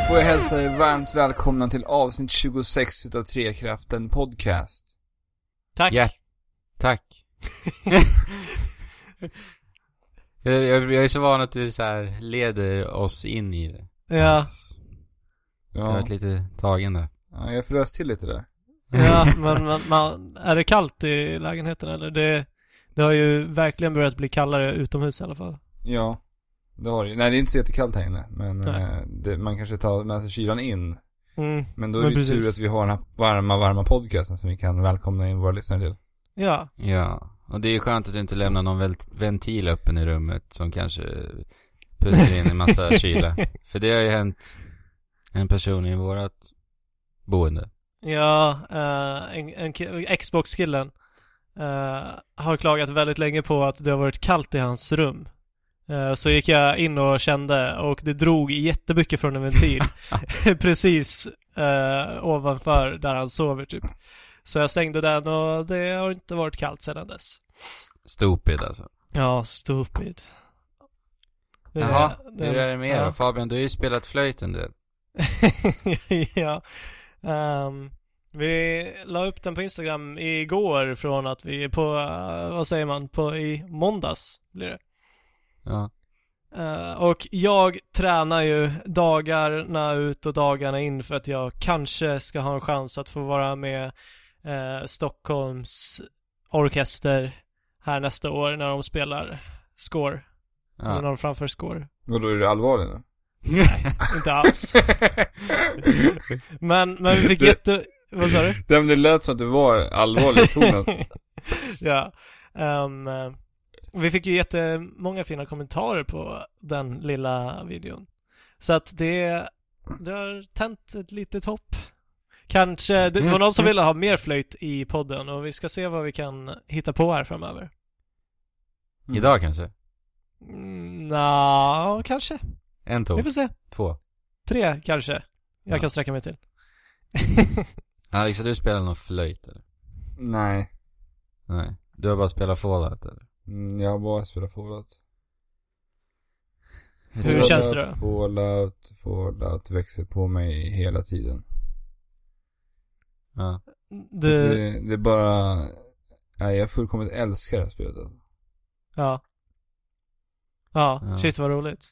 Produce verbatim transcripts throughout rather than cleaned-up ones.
får jag hälsa er varmt välkomna till avsnitt tjugosex utav Trekraften podcast. Tack. Ja, tack. jag, jag, jag är så van att du så här leder oss in i det. Ja. Så jag har varit lite tagen där. Ja, jag frös till lite där. Ja, men man, man, är det kallt i lägenheten eller? Det, det har ju verkligen börjat bli kallare utomhus i alla fall. Ja, det har det. Nej, det är inte så jättekallt här inne. Men Nej. eh, det, man kanske tar med sig kylan in. Mm, Men då är men det ju precis. tur att vi har den här varma, varma podcasten som vi kan välkomna in våra lyssnare till. Ja. Ja, och det är ju skönt att du inte lämnar någon väl- ventil öppen i rummet som kanske pustar in en massa kyla. För det har ju hänt en person i vårat boende. Ja, uh, en, en ki- Xbox-killen uh, har klagat väldigt länge på att det har varit kallt i hans rum. Uh, så gick jag in och kände och det drog jättemycket från en ventil. Precis uh, ovanför där han sover typ. Så jag stängde den och det har inte varit kallt sedan dess. Stupid alltså. Ja, stupid. Det är Jaha, det- hur är det med ja. då? Fabian, du har ju spelat flöjt en del. Ja. Um, vi la upp den på Instagram igår från att vi på, uh, vad säger man, på i måndags blir det. Ja. Uh, och jag tränar ju dagarna ut och dagarna in för att jag kanske ska ha en chans att få vara med uh, Stockholms orkester här nästa år när de spelar Score. Eller när Ja. de framför Score. Och då är det allvarligt då? Inte alls. men, men vi fick Det- jätte... Vad sa du? Det, men det lät som att det var allvarligt tonen. Ja. Um, eh, vi fick ju jättemånga fina kommentarer på den lilla videon. Så att det, det har tänt ett litet hopp. Kanske, det, det var någon som ville ha mer flöjt i podden och vi ska se vad vi kan hitta på här framöver. Mm. Idag kanske? Mm, Nja, kanske. En Vi tog. får se. Två. Tre kanske. Jag Ja. kan sträcka mig till. Alex, har du spelat någon flöjt eller? Nej. Nej. Du har bara spelat Fallout eller? Mm, jag har bara spelat Fallout. Hur känns det då? Fallout, Fallout växer på mig hela tiden. Ja. Du, Det, det är bara... Nej, jag fullkomligt älskar det här spelet. Alltså. ja. Ja, Ja. shit vad roligt.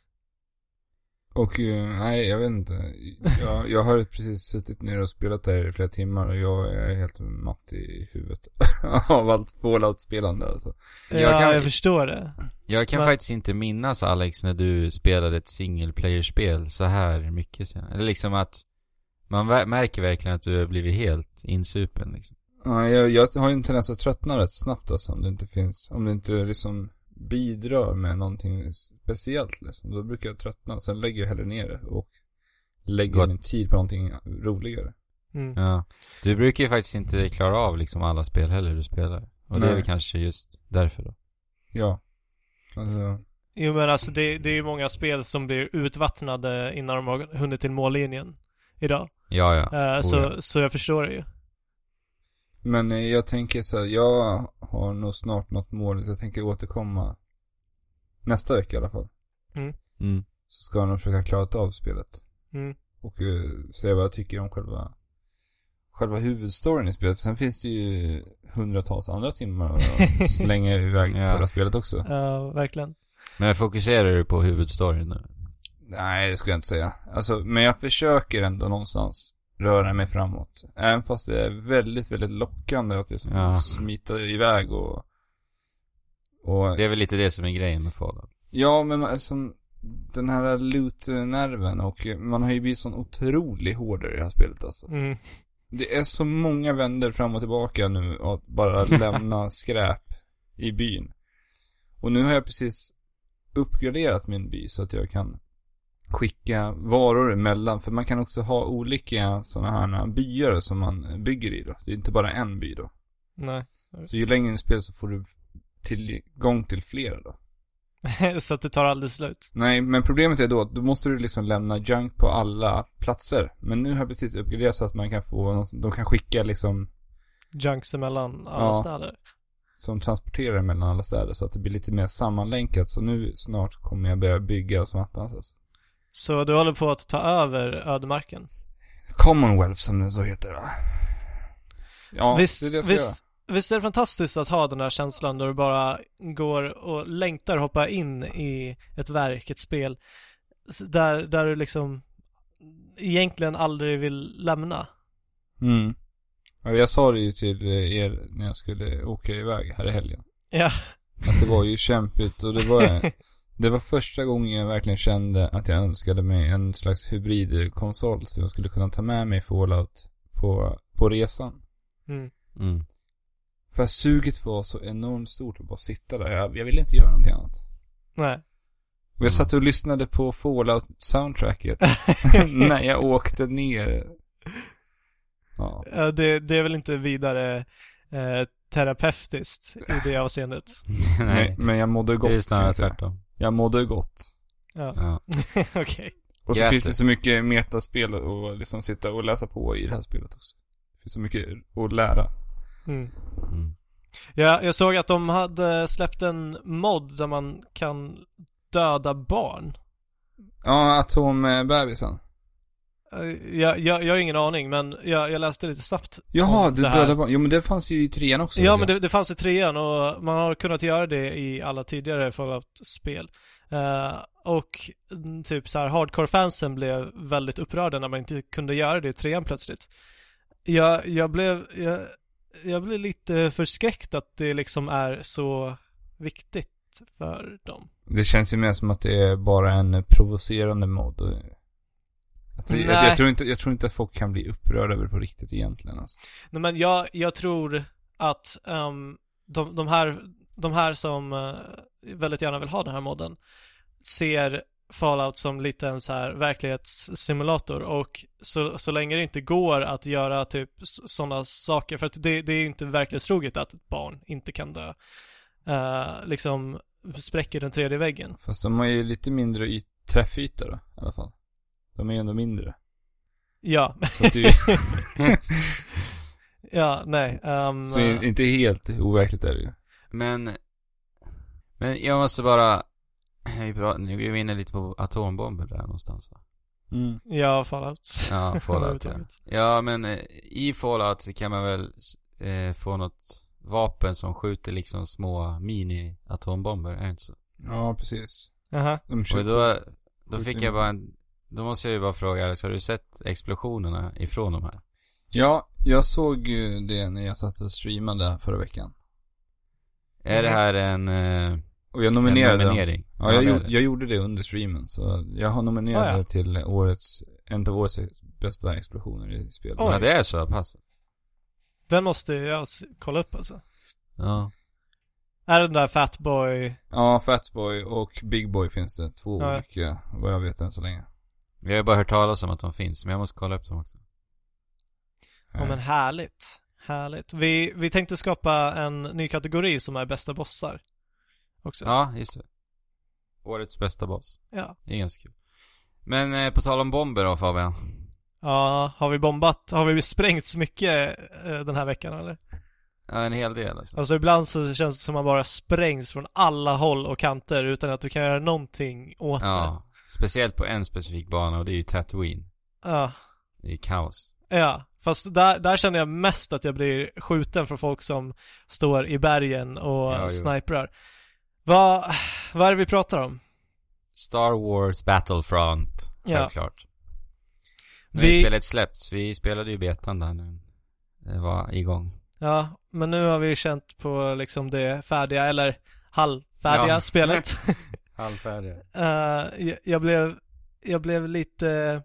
Och eh, nej, jag vet inte. Jag, jag har precis suttit ner och spelat där i flera timmar och jag är helt matt i huvudet av allt Fallout-spelande. Alltså. Ja, Jag jag, kan- förstår det. Jag kan Men- faktiskt inte minnas, Alex, när du spelade ett single player-spel så här mycket sen. Eller liksom att man ver- märker verkligen att du har blivit helt insupen liksom. Ja, jag, jag har ju en tendens att tröttna rätt snabbt alltså, om det inte finns, om det inte liksom bidrar med någonting speciellt liksom. Då brukar jag tröttna, sen lägger jag hellre ner det och lägger Gott. min tid på någonting roligare. Mm. Ja. Du brukar ju faktiskt inte klara av liksom alla spel heller du spelar. Och det är Nej. väl kanske just därför då. Ja. Alltså, Jo men alltså det, det är ju många spel som blir utvattnade innan de har hunnit till mållinjen idag. Ja, ja. Eh, Oh, så, ja. så jag förstår det ju. men eh, jag tänker så här, jag har nog snart något mål, så jag tänker återkomma nästa vecka i alla fall. Mm. Så ska jag nog försöka klara av spelet. Mm. Och uh, se vad jag tycker om själva själva huvudstoryn i spelet. För sen finns det ju hundratals andra timmar att slänga iväg på Ja. det här spelet också. Ja, verkligen. Men fokuserar du på huvudstoryn nu? Nej, det skulle jag inte säga. Alltså, men jag försöker ändå någonstans röra mig framåt. Även fast det är väldigt, väldigt lockande att liksom Ja. smita iväg och... och Det är väl lite det som är grejen med Fallout. ja, men alltså, den här loot-nerven och man har ju blivit sån otroligt hårdare i det här spelet alltså. Mm. Det är så många vänder fram och tillbaka nu att bara lämna skräp i byn. Och nu har jag precis uppgraderat min by så att jag kan skicka varor emellan. För man kan också ha olika sådana här byar som man bygger i då. Det är inte bara en by då. Nej. Så ju längre i spel så får du tillgång till flera då. Så att det tar aldrig slut. Nej, men problemet är då att då måste du liksom lämna junk på alla platser. Men nu har jag precis uppgraderat så att man kan få någon, de kan skicka liksom Junks emellan alla Ja. städer. som transporterar mellan alla städer så att det blir lite mer sammanlänkat. Så nu snart kommer jag börja bygga som attans alltså. Så du håller på att ta över ödemarken. Commonwealth som det så heter det. Ja, visst, det är det jag ska visst, göra. visst är det fantastiskt att ha den här känslan då du bara går och längtar och hoppa in i ett verk, ett spel där, där du liksom egentligen aldrig vill lämna. Mm. Ja, jag sa det ju till er när jag skulle åka iväg här i helgen. Ja. Att det var ju kämpigt och det var det var första gången jag verkligen kände att jag önskade mig en slags hybridkonsol så jag skulle kunna ta med mig Fallout på, på resan. Mm. Mm. För suget var så enormt stort att bara sitta där. Jag, jag ville inte göra någonting annat. Nej. Och jag satt och lyssnade på Fallout-soundtracket när jag åkte ner. Ja. Ja, det, det är väl inte vidare eh, terapeutiskt i det avseendet. Nej, Men, men jag mådde gott. det är kan snarare jag säga. tvärtom. Jag mådde gott. Ja, Ja. okej. Okay. Och så Grät finns du? det så mycket metaspel och liksom sitta och läsa på i det här spelet också. Det finns så mycket att lära. Mm. Mm. Ja, jag såg att de hade släppt en mod där man kan döda barn. Ja, atombebisen. Uh, jag, jag, jag har ingen aning, men jag, jag läste lite snabbt. Jaha, om du det här. dödade barn. Jo, men det fanns ju i trean också. Ja, men det, det fanns i trean och man har kunnat göra det i alla tidigare Fallout-spel. Uh, och mm, typ så här hardcore-fansen blev väldigt upprörda när man inte kunde göra det i trean plötsligt. Jag, jag blev jag, jag blev lite förskräckt att det liksom är så viktigt för dem. Det känns ju mer som att det är bara en provocerande mod. Och jag, tror, jag, jag, tror inte, jag tror inte att folk kan bli upprörda över det på riktigt egentligen. Alltså. Nej, men jag, jag tror att um, de, de, här, de här som uh, väldigt gärna vill ha den här modden ser Fallout som lite en så här verklighetssimulator, och så, så länge det inte går att göra typ sådana saker, för att det, det är inte verklighetstroget att ett barn inte kan dö, uh, liksom spräcker den tredje väggen. Fast de har ju lite mindre y- träffyta då, i alla fall. De är ju ändå mindre. Ja. Så att det är ju... Ja, nej. Um, så är inte helt overkligt är det ju. Men Men jag måste bara vi pratar, nu är vi inne lite på atombomber där någonstans, va? Mm. Ja, Fallout. Ja, Fallout. ja. ja, men eh, i Fallout så kan man väl eh, få något vapen som skjuter liksom små mini-atombomber, är det inte så? Ja, precis. Aha. De Och köper... då, då fick jag bara en, då måste jag ju bara fråga Alex, har du sett explosionerna ifrån de här? Ja, jag såg ju det när jag satt och streamade förra veckan. Är det här en, eh, Och jag nominerade en nominering? Ja, jag, det är gjorde, det. jag gjorde det under streamen. Så jag har nominerat Ah, ja. det till årets, en av årets bästa explosioner i spelet. Oj. Ja, det är så pass. Den måste jag s- kolla upp alltså. Ja. Är det den där Fatboy? Ja, Fatboy och Big Boy finns det. Två Ja. olika, vad jag vet än så länge. Vi har ju bara hört talas om att de finns, men jag måste kolla upp dem också. Ja, men härligt. Härligt. Vi, vi tänkte skapa en ny kategori som är bästa bossar också. Ja, just det. Årets bästa boss. Ja. Det är ganska kul. Men eh, på tal om bomber då, Fabian. Ja, har vi bombat? Har vi sprängts mycket eh, den här veckan eller? Ja, en hel del alltså. Alltså ibland så känns det som att man bara sprängs från alla håll och kanter utan att du kan göra någonting åt Ja, speciellt på en specifik bana, och det är ju Tatooine. det. Ja. Det är kaos. Ja, fast där, där känner jag mest att jag blir skjuten från folk som står i bergen och Ja, jo. sniprar. Vad, vad är det vi pratar om? Star Wars Battlefront, Ja. självklart. Nu Vi- har spelet släppts. Vi spelade ju betan där nu. Det var igång. Ja, men nu har vi känt på liksom det färdiga, eller halvfärdiga Ja. spelet. Halvfärdiga. uh, jag, jag blev jag blev lite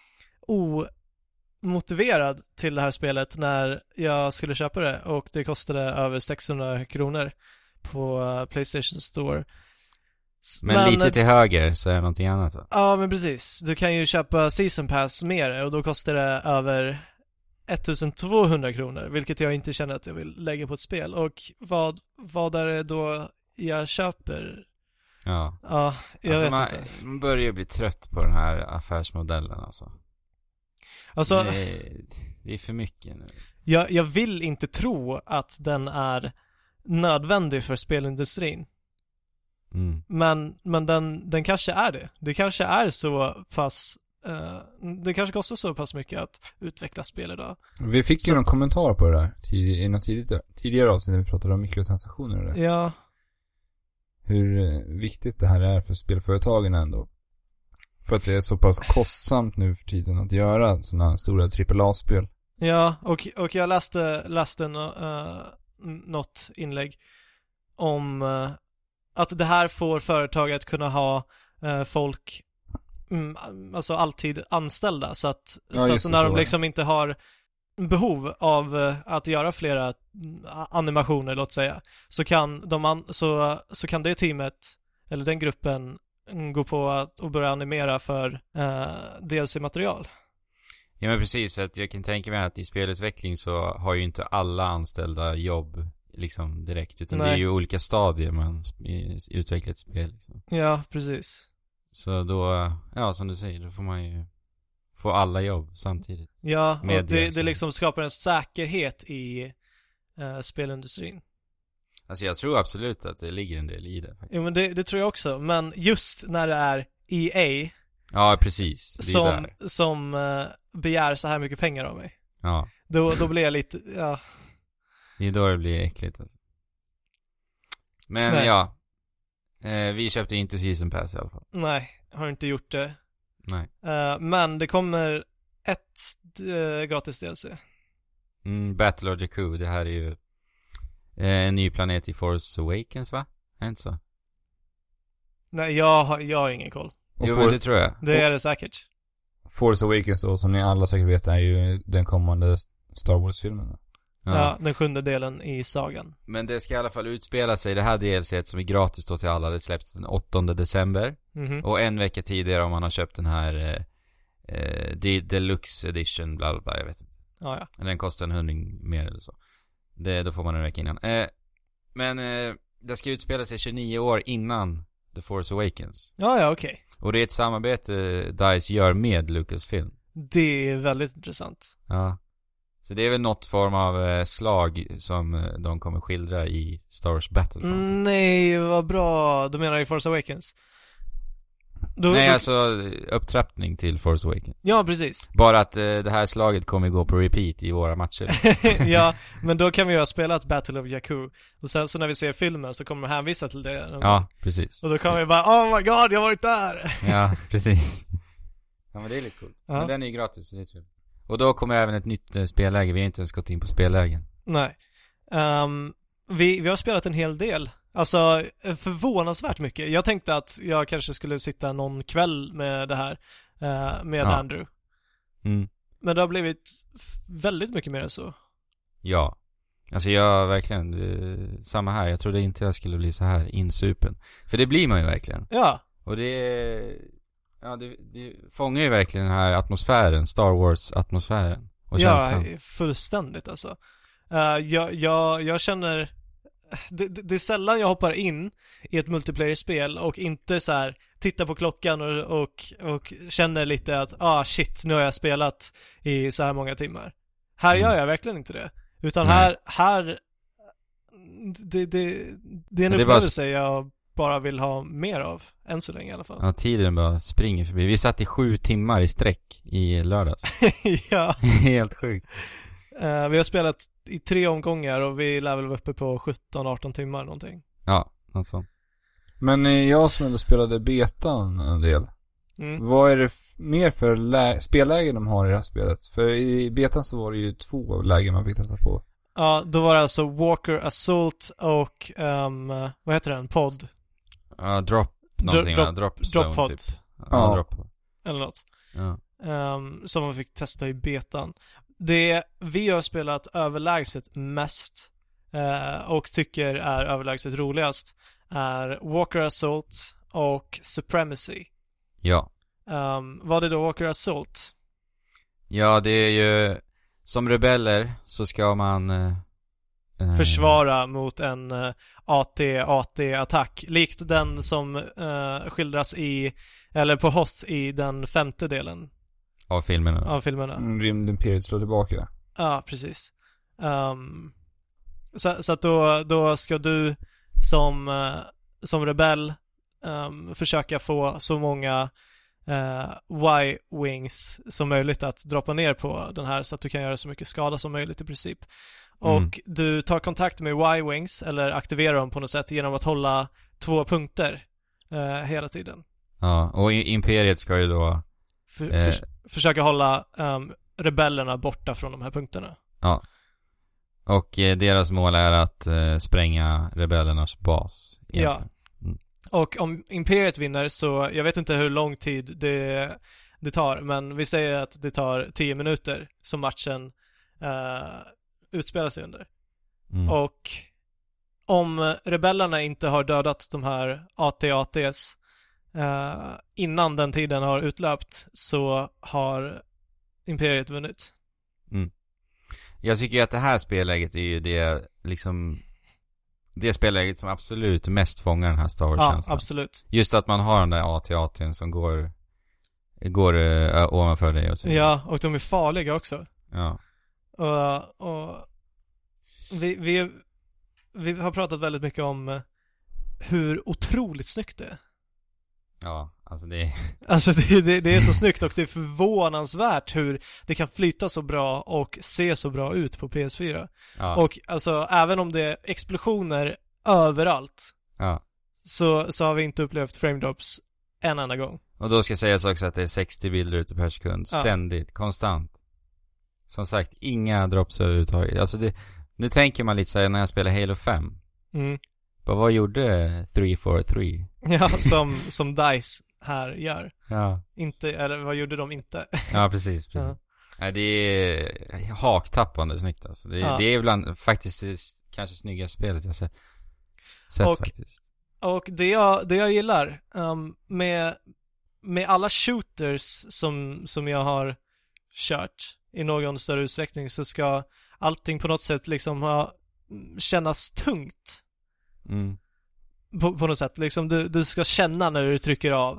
omotiverad till det här spelet när jag skulle köpa det, och det kostade över sexhundra kronor på uh, PlayStation Store. S- Men, lite till höger så är det någonting annat, va? Ja, men precis. Du kan ju köpa Season Pass med det, och då kostar det över ettusentvåhundra kronor, vilket jag inte känner att jag vill lägga på ett spel. Och vad, vad är det då jag köper? Ja. Ja, jag Alltså vet man, inte. man börjar ju bli trött på den här affärsmodellen, alltså. Alltså, det, är, det är för mycket nu. jag, jag vill inte tro att den är nödvändig för spelindustrin. Mm. Men, men den, den kanske är det. Det kanske är så pass... Uh, det kanske kostar så pass mycket att utveckla spel idag. Vi fick så ju någon att, kommentar på det där tid, i något tidigt, tidigare avsnitt när vi pratade om mikrotransaktioner och det. Ja. Hur eh, viktigt det här är för spelföretagen ändå. För att det är så pass kostsamt nu för tiden att göra sådana stora trippel A-spel. Ja, och, och jag läste, läste no, uh, något inlägg om uh, att det här får företag att kunna ha uh, folk mm, alltså alltid anställda, så att, Ja, så att det, när så de liksom inte har behov av uh, att göra flera animationer, låt säga, så kan de an- så, så kan det teamet eller den gruppen gå på att och börja animera för uh, D L C-material. Ja, men precis, för att jag kan tänka mig att i spelutveckling så har ju inte alla anställda jobb liksom direkt, utan Nej. det är ju olika stadier man utvecklar ett spel liksom. Ja, precis. Så då, ja, som du säger, då får man ju få alla jobb samtidigt. Ja, och Med det, det, det liksom skapar en säkerhet i uh, spelindustrin. Alltså jag tror absolut att det ligger en del i det faktiskt. Jo, men det, det tror jag också. Men just när det är E A Ja, precis. Det är som, där. som uh, begär så här mycket pengar av mig, Ja, då, då blir jag lite, ja. det är då det blir äckligt alltså. Men Nej. ja, eh, vi köpte inte Season Pass i alla fall. Nej, har inte gjort det. Nej. Uh, men det kommer ett uh, gratis D L C. Mm, Battle of Jakku, det här är ju eh, en ny planet i Force Awakens, va? Är det inte så? Nej, jag har, jag har ingen koll. Och Jo, For- men det tror jag. Det är det säkert. Force Awakens då, som ni alla säkert vet, är ju den kommande Star Wars-filmen. Ja. Ja. Den sjunde delen i sagan. Men det ska i alla fall utspela sig, det här D L C som är gratis då till alla, det släpps den åttonde december. Mhm. Och en vecka tidigare om man har köpt den här eh, eh, De- Deluxe Edition, bla bla bla, jag vet inte. Ja, ja. Den kostar en hundring mer eller så. Det, då får man en vecka innan. Eh, men eh, det ska utspela sig tjugonio år innan The Force Awakens. Ja, ja, okej. Och det är ett samarbete DICE gör med Lucasfilm. Det är väldigt intressant. Ja. Så det är väl något form av eh, slag som eh, de kommer skildra i Star Wars Battlefront. Mm, nej, vad bra. Du menar i Force Awakens? Då, Nej, då, alltså upptrappning till Force Awakens. Ja, precis. Bara att eh, det här slaget kommer gå på repeat i våra matcher. Ja, men då kan vi ju ha spelat Battle of Jakku. Och sen så när vi ser filmen så kommer vi hänvisa till det. Ja, precis. Och då kommer vi bara, oh my god, jag har varit där! Ja, precis. Ja, men det är lite coolt. Ja. Men den är ju gratis, så det är trevligt. Och då kommer även ett nytt eh, spelläge. Vi har inte ens gått in på spellägen. Nej. Um, vi, vi har spelat en hel del. Alltså, förvånansvärt mycket. Jag tänkte att jag kanske skulle sitta någon kväll med det här, uh, med Ja. Andrew. Mm. Men det har blivit f- väldigt mycket mer än så. Ja. Alltså jag verkligen, eh, samma här. Jag trodde inte jag skulle bli så här insupen. För det blir man ju verkligen. Ja. Och det, ja, det, det fångar ju verkligen den här atmosfären, Star Wars-atmosfären. Och känslan. Ja, fullständigt alltså. Uh, jag, jag, jag känner... Det, det, det är sällan jag hoppar in i ett multiplayer-spel och inte så här tittar på klockan och, och, och känner lite att ah shit, nu har jag spelat i så här många timmar. Här Mm. gör jag verkligen inte det. Utan Nej. här, här det, det, det är en Ja, det är bara upplevelse jag bara vill ha mer av, än så länge i alla fall. Ja, tiden bara springer förbi. Vi satt i sju timmar i sträck i lördags. Ja. Helt sjukt. Uh, vi har spelat i tre omgångar och vi lär väl vara uppe på sjutton arton timmar någonting. Ja, något sånt. Men eh, jag som ändå spelade betan en del. Mm. Vad är det f- mer för lä- spellägen de har i det här spelet? För i betan så var det ju två lägen man fick testa på. Ja, då var det alltså Walker Assault och um, vad heter den? Pod? Ja, drop någonting, Dro- va? Drop zone pod. typ. Ja, Ja. drop. Eller något. Ja. Um, som man fick testa i betan. Det vi har spelat överlägset mest uh, och tycker är överlägset roligast är Walker Assault och Supremacy. Ja. Um, vad är då Walker Assault? Ja, det är ju som rebeller så ska man eh, eh, Försvara mot en uh, A T A T-attack. Likt den som uh, skildras i, eller på Hoth i den femte delen av filmerna. av filmerna. Mm, Rymdimperiet slår tillbaka. Ja, precis. Um, så, så att då, då ska du som, uh, som rebell um, försöka få så många uh, Y-wings som möjligt att droppa ner på den här så att du kan göra så mycket skada som möjligt i princip. Och mm. du tar kontakt med Y-wings eller aktiverar dem på något sätt genom att hålla två punkter uh, hela tiden. Ja, och Imperiet ska ju då för, eh... för, försöka hålla um, rebellerna borta från de här punkterna. Ja. Och eh, deras mål är att eh, spränga rebellernas bas. Egentligen. Ja. Mm. Och om Imperiet vinner så, jag vet inte hur lång tid det, det tar, men vi säger att det tar tio minuter som matchen uh, utspelar sig under. Mm. Och om rebellerna inte har dödat de här A T A T's uh, innan den tiden har utlöpt så har Imperiet vunnit. Mm. Jag tycker att det här spelläget är ju det liksom det spelläget som absolut mest fångar den här Star Wars-känslan. Ja, absolut. Just att man har den där A T A T:n som går går uh, ovanför dig och så. Ja, och de är farliga också. Ja. Och, och vi, vi, vi har pratat väldigt mycket om hur otroligt snyggt det är. Ja, alltså det är... Alltså det, det, det är så snyggt och det är förvånansvärt hur det kan flyta så bra och se så bra ut på P S fyra. Ja. Och alltså även om det är explosioner överallt ja. så, så har vi inte upplevt frame drops en enda gång. Och då ska sägas också att det är sextio bilder ute per sekund. Ständigt, ja. Konstant. Som sagt, inga drops överhuvudtaget. Alltså det, nu tänker man lite så här när jag spelar Halo fem. Mm. Vad, vad gjorde tre fyra tre? Ja, som, som DICE här gör. Ja. Inte, eller vad gjorde de inte? Ja, precis, precis. Ja. Ja, det är haktappande snyggt alltså. Det, ja. det är ibland faktiskt det kanske snyggaste spelet jag sett, sett och, faktiskt. Och det jag, det jag gillar um, med, med alla shooters som, som jag har kört i någon större utsträckning så ska allting på något sätt liksom ha, kännas tungt. Mm. På, på något sätt. Liksom du, du ska känna när du trycker av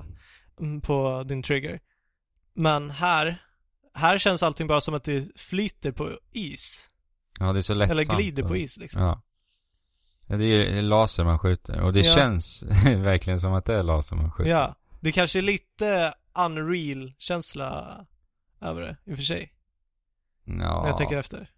på din trigger. Men här här känns allting bara som att det flyter på is. Ja, det är så lätt. Eller glider och, på is liksom. Ja. Ja, det är laser man skjuter. Och det ja. känns verkligen som att det är laser man skjuter. Ja, det kanske är lite Unreal-känsla över det, i och för sig. Ja. När jag tänker efter.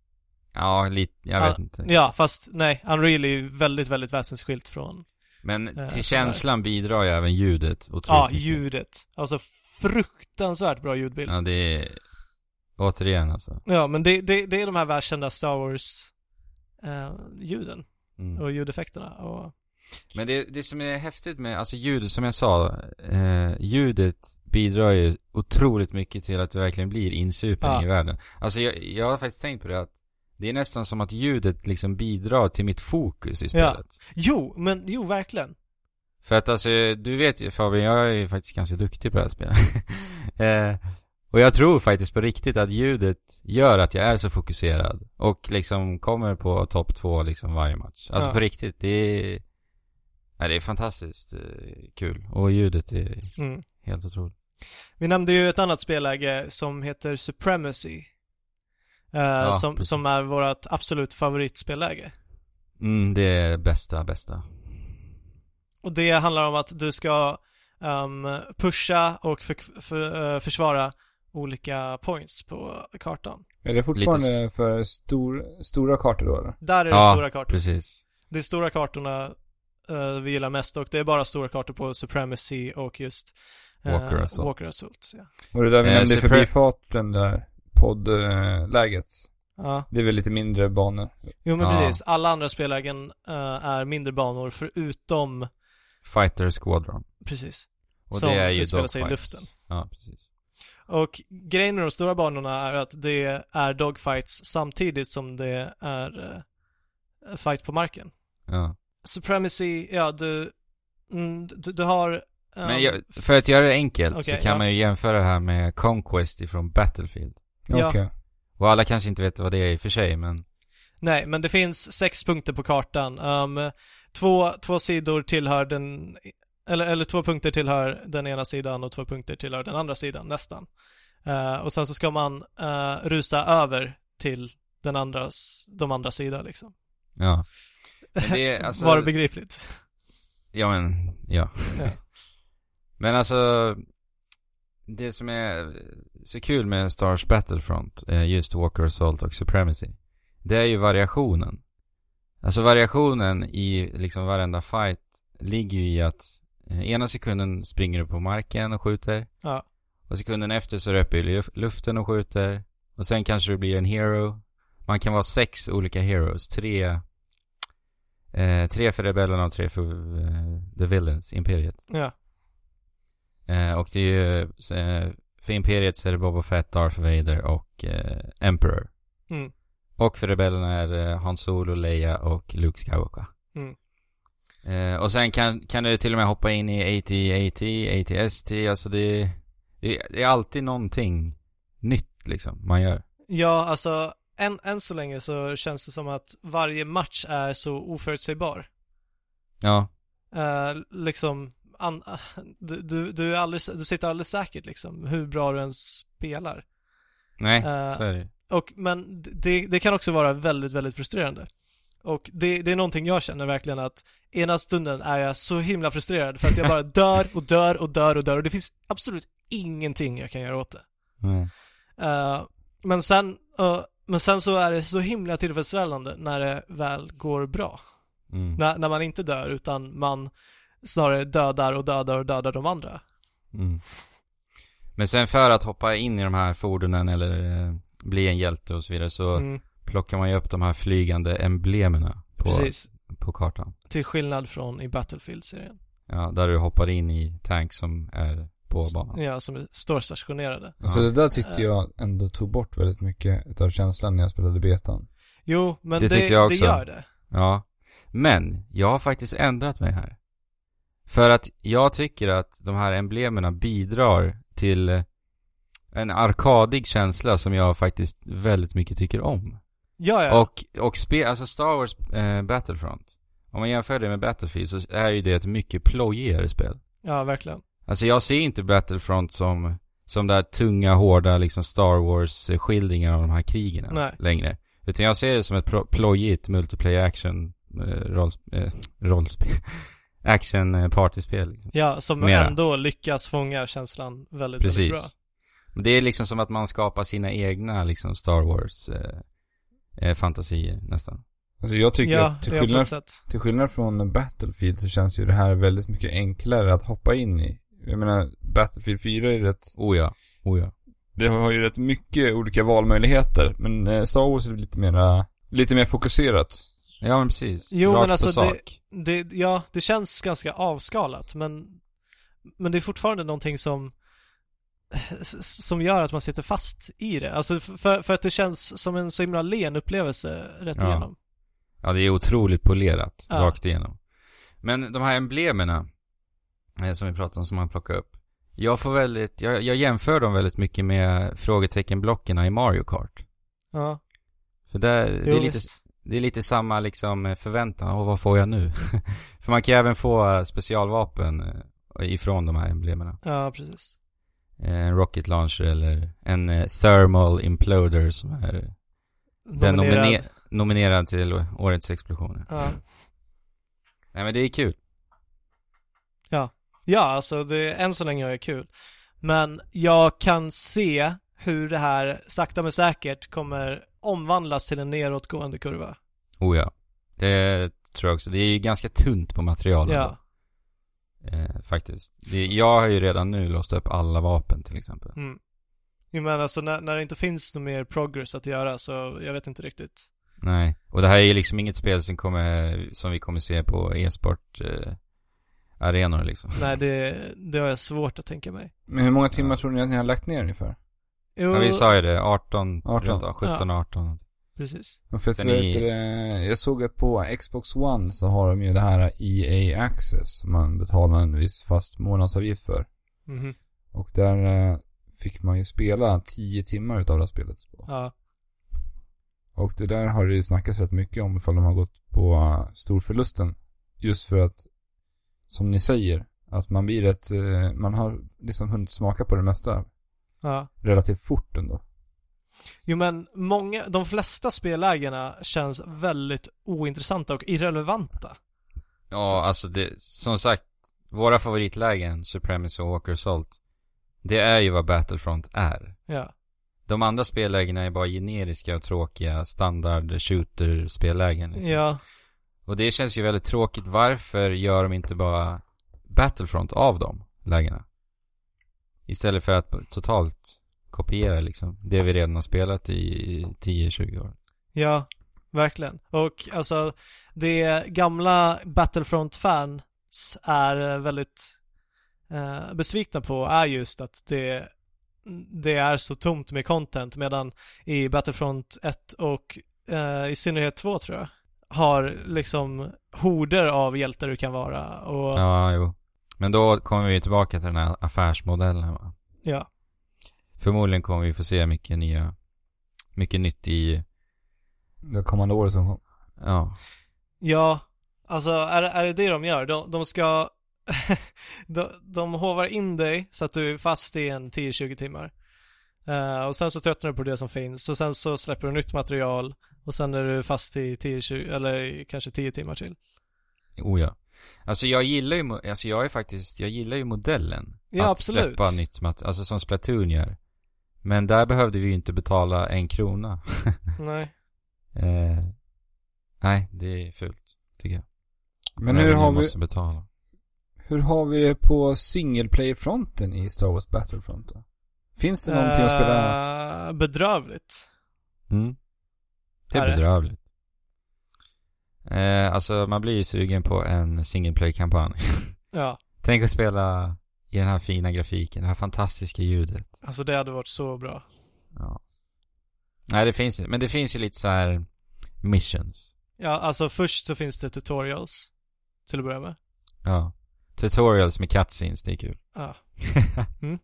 Ja, lite, jag vet ja, inte. Ja, fast nej, Unreal är ju väldigt, väldigt väsensskilt från... Men eh, till känslan bidrar ju även ljudet. Ja, ljudet. Alltså fruktansvärt bra ljudbild. Ja, det är... Återigen alltså. Ja, men det, det, det är de här världskända Star Wars eh, ljuden. Mm. Och ljudeffekterna. Och... Men det, det som är häftigt med, alltså ljudet som jag sa, eh, ljudet bidrar ju otroligt mycket till att du verkligen blir insupen ja. i världen. Alltså jag, jag har faktiskt tänkt på det att det är nästan som att ljudet liksom bidrar till mitt fokus i spelet. Ja. Jo, men jo, verkligen. För att alltså, du vet ju Fabian, jag är ju faktiskt ganska duktig på det här spelet. eh, och jag tror faktiskt på riktigt att ljudet gör att jag är så fokuserad. Och liksom kommer på topp två liksom varje match. Alltså ja. på riktigt, det är... Nej, det är fantastiskt eh, kul. Och ljudet är mm. helt otroligt. Vi nämnde ju ett annat spelläge som heter Supremacy. Uh, ja, som, som är vårt absolut favoritspelläge. Mm, det är bästa, bästa. Och det handlar om att du ska um, pusha och för, för, uh, försvara olika points på kartan. Är det fortfarande Lite... för stor, stora kartor då, eller? Där är det ja, stora kartor. Precis. Det är stora kartorna uh, vi gillar mest, och det är bara stora kartor på Supremacy och just uh, Walker Assault. Walker Assault ja. Och det där vi eh, nämnde Supre- förbi farten där poddläget. Ja. Det är väl lite mindre banor. Jo, men ja. precis. Alla andra spellägen uh, är mindre banor förutom Fighter Squadron. Precis. Och som det är ju utspelar sig i luften. Ja, precis. Och grejen med de stora banorna är att det är dogfights samtidigt som det är uh, fight på marken. Ja. Supremacy, ja, du du, du har um, Men jag, för att göra det enkelt okay, så kan ja. man ju jämföra det här med Conquest ifrån Battlefield. Ja. Okay. Och alla kanske inte vet vad det är i för sig, men... Nej, men det finns sex punkter på kartan. Um, två, två sidor tillhör den... Eller, eller två punkter tillhör den ena sidan och två punkter tillhör den andra sidan, nästan. Uh, och sen så ska man uh, rusa över till den andras, de andra sidan, liksom. Ja. Men det är, alltså... Var det begripligt? Ja, men, ja. Ja. Men alltså, det som är så kul med Star Wars Battlefront, just Walker Assault och Supremacy, det är ju variationen. Alltså variationen i liksom varenda fight ligger ju i att ena sekunden springer du på marken och skjuter. Ja. Och sekunden efter så är du uppe i luften och skjuter. Och sen kanske du blir en hero. Man kan vara sex olika heroes. Tre, eh, tre för rebellerna och tre för eh, the villains, Imperiet. Ja. Eh, och det är ju, eh, för Imperiet så är det Boba Fett, Darth Vader och eh, Emperor. Mm. Och för rebellerna är det Han Solo, Leia och Luke Skywalker. Mm. Eh, och sen kan, kan du till och med hoppa in i A T A T, A T S T. Alltså det, det, det är alltid någonting nytt liksom man gör. Ja, alltså än, än så länge så känns det som att varje match är så oförutsägbar. Ja. Uh, liksom an, du, du, du, är aldrig, du sitter alldeles säkert liksom hur bra du ens spelar. Nej, uh, så är det. Och, men det, det kan också vara väldigt, väldigt frustrerande. Och det, det är någonting jag känner verkligen, att ena stunden är jag så himla frustrerad för att jag bara dör och dör och dör och dör och det finns absolut ingenting jag kan göra åt det. Mm. Uh, men sen uh, men sen så är det så himla tillfredsställande när det väl går bra. Mm. När, när man inte dör utan man snarare dödar och dödar och dödar de andra. Mm. Men sen för att hoppa in i de här fordonen eller eh, bli en hjälte och så vidare så Mm. plockar man ju upp de här flygande emblemerna på, Precis. på kartan. Till skillnad från i Battlefield-serien. Ja, där du hoppar in i tank som är på banan. Ja, som står stationerade. Alltså det där tyckte jag ändå tog bort väldigt mycket av känslan när jag spelade betan. Jo, men Det det, tyckte jag det också. gör det. Ja, men jag har faktiskt ändrat mig här. För att jag tycker att de här emblemerna bidrar till en arkadig känsla som jag faktiskt väldigt mycket tycker om. Ja, ja. Och, och spe, alltså Star Wars eh, Battlefront, om man jämför det med Battlefield så är ju det ett mycket plojigare spel. Ja, verkligen. Alltså jag ser inte Battlefront som som där tunga, hårda liksom Star Wars-skildringar av de här krigerna Nej. längre. Utan jag ser det som ett pro- plojigt multiplayer action eh, rolls, eh, rollspel. action eh, partyspel. Liksom. Ja, som Mera. ändå lyckas fånga känslan väldigt, Precis. väldigt bra. Men det är liksom som att man skapar sina egna liksom Star Wars eh, eh, fantasier nästan. Alltså jag tycker Ja, att till ja, på ett skillnad, sätt. till skillnad från Battlefield så känns ju det här väldigt mycket enklare att hoppa in i. Jag menar, Battlefield fyra är rätt... Oh ja, oh ja. Det har ju rätt mycket olika valmöjligheter, men eh, Star Wars är lite mer, lite mer fokuserat. Ja, men precis. Jo, Rakt men på alltså sak. det, det, ja, det känns ganska avskalat, men men det är fortfarande någonting som som gör att man sitter fast i det. Alltså för, för att det känns som en så himla len upplevelse rätt Ja. igenom. Ja, det är otroligt polerat, Ja. rakt igenom. Men de här emblemerna eh, som vi pratade om, som man plockar upp. Jag får väldigt, jag, jag jämför dem väldigt mycket med frågeteckenblockerna i Mario Kart. Ja. För där, det, Jo, är lite, visst. det är lite samma liksom förväntan. Och vad får jag nu? För man kan även få specialvapen eh, ifrån de här emblemerna. Ja, precis. En rocket launcher eller en eh, thermal imploder som är den Nominerad. nomine- nominerad till årets explosioner. Ja. Nej, men det är kul. Ja, alltså det än så länge är det kul. Men jag kan se hur det här sakta men säkert kommer omvandlas till en nedåtgående kurva. Oh ja. Det tror jag också. Det är ju ganska tunt på materialen. Ja. Eh, faktiskt. Det, jag har ju redan nu låst upp alla vapen till exempel. Mm. Jo, men alltså när, när det inte finns något mer progress att göra, så jag vet inte riktigt. Nej. Och det här är ju liksom inget spel som kommer, som vi kommer se på e-sport eh, arenor liksom. Nej, det, det har jag svårt att tänka mig. Men hur många timmar tror ni att ni har lagt ner ungefär? Jo, Ja, vi sa ju det. arton, arton. runt sjutton, arton. precis. Men för att Sen vet i- det, jag såg att på Xbox One så har de ju det här E A Access som man betalar en viss fast månadsavgift för. Mhm. Och där eh, fick man ju spela tio timmar utav det här spelet på. Ja. Och det där har det ju snackats rätt mycket om ifall de har gått på uh, storförlusten. Just för att, som ni säger, att man blir rätt, uh, man har liksom hunnit smaka på det mesta Ja. relativt fort ändå. Jo, men många, de flesta spellägena känns väldigt ointressanta och irrelevanta. Ja, alltså det, som sagt, våra favoritlägen, Supremacy och Walker Assault, det är ju vad Battlefront är. Ja. De andra spellägena är bara generiska och tråkiga standard shooter-spellägen liksom. Ja. Och det känns ju väldigt tråkigt. Varför gör de inte bara Battlefront av de lägena? Istället för att totalt kopiera liksom det vi redan har spelat i tio tjugo år. Ja, verkligen. Och alltså det gamla Battlefront-fans är väldigt eh, besvikna på är just att det, det är så tomt med content, medan i Battlefront ett och eh, i synnerhet två tror jag har liksom horder av hjältar du kan vara. Och ja, jo. Men då kommer vi tillbaka till den här affärsmodellen, va? Ja. Förmodligen kommer vi få se mycket nya, mycket nytt i det kommande året som kom. Ja. Ja, alltså är, är det det de gör? De, de ska de, de hovar in dig så att du är fast i en tio tjugo timmar. Uh, och sen så tröttnar du på det som finns. Och sen så släpper du nytt material. Och sen är du fast i tio tjugo eller kanske tio timmar till. Oh ja. Alltså jag gillar ju, alltså jag är faktiskt, jag gillar ju modellen. Ja, att absolut. släppa nytt material, alltså som Splatoon gör. Men där behövde vi ju inte betala en krona. Nej. eh, nej, det är fult, tycker jag. Men hur har vi måste betala. Hur har vi det på single player-fronten i Star Wars Battlefront då? Finns det någonting uh, att spela? Bedrövligt. Mm. Det är, är bedrövligt. Det? Eh, alltså man blir ju sugen på en single play-kampanj. Ja. Tänk att spela i den här fina grafiken, det här fantastiska ljudet. Alltså det hade varit så bra. Ja. Nej, det finns inte. Men det finns ju lite så här missions. Ja, alltså först så finns det tutorials till att börja med. Ja. Tutorials med cutscenes, det är kul. Ja. Mm.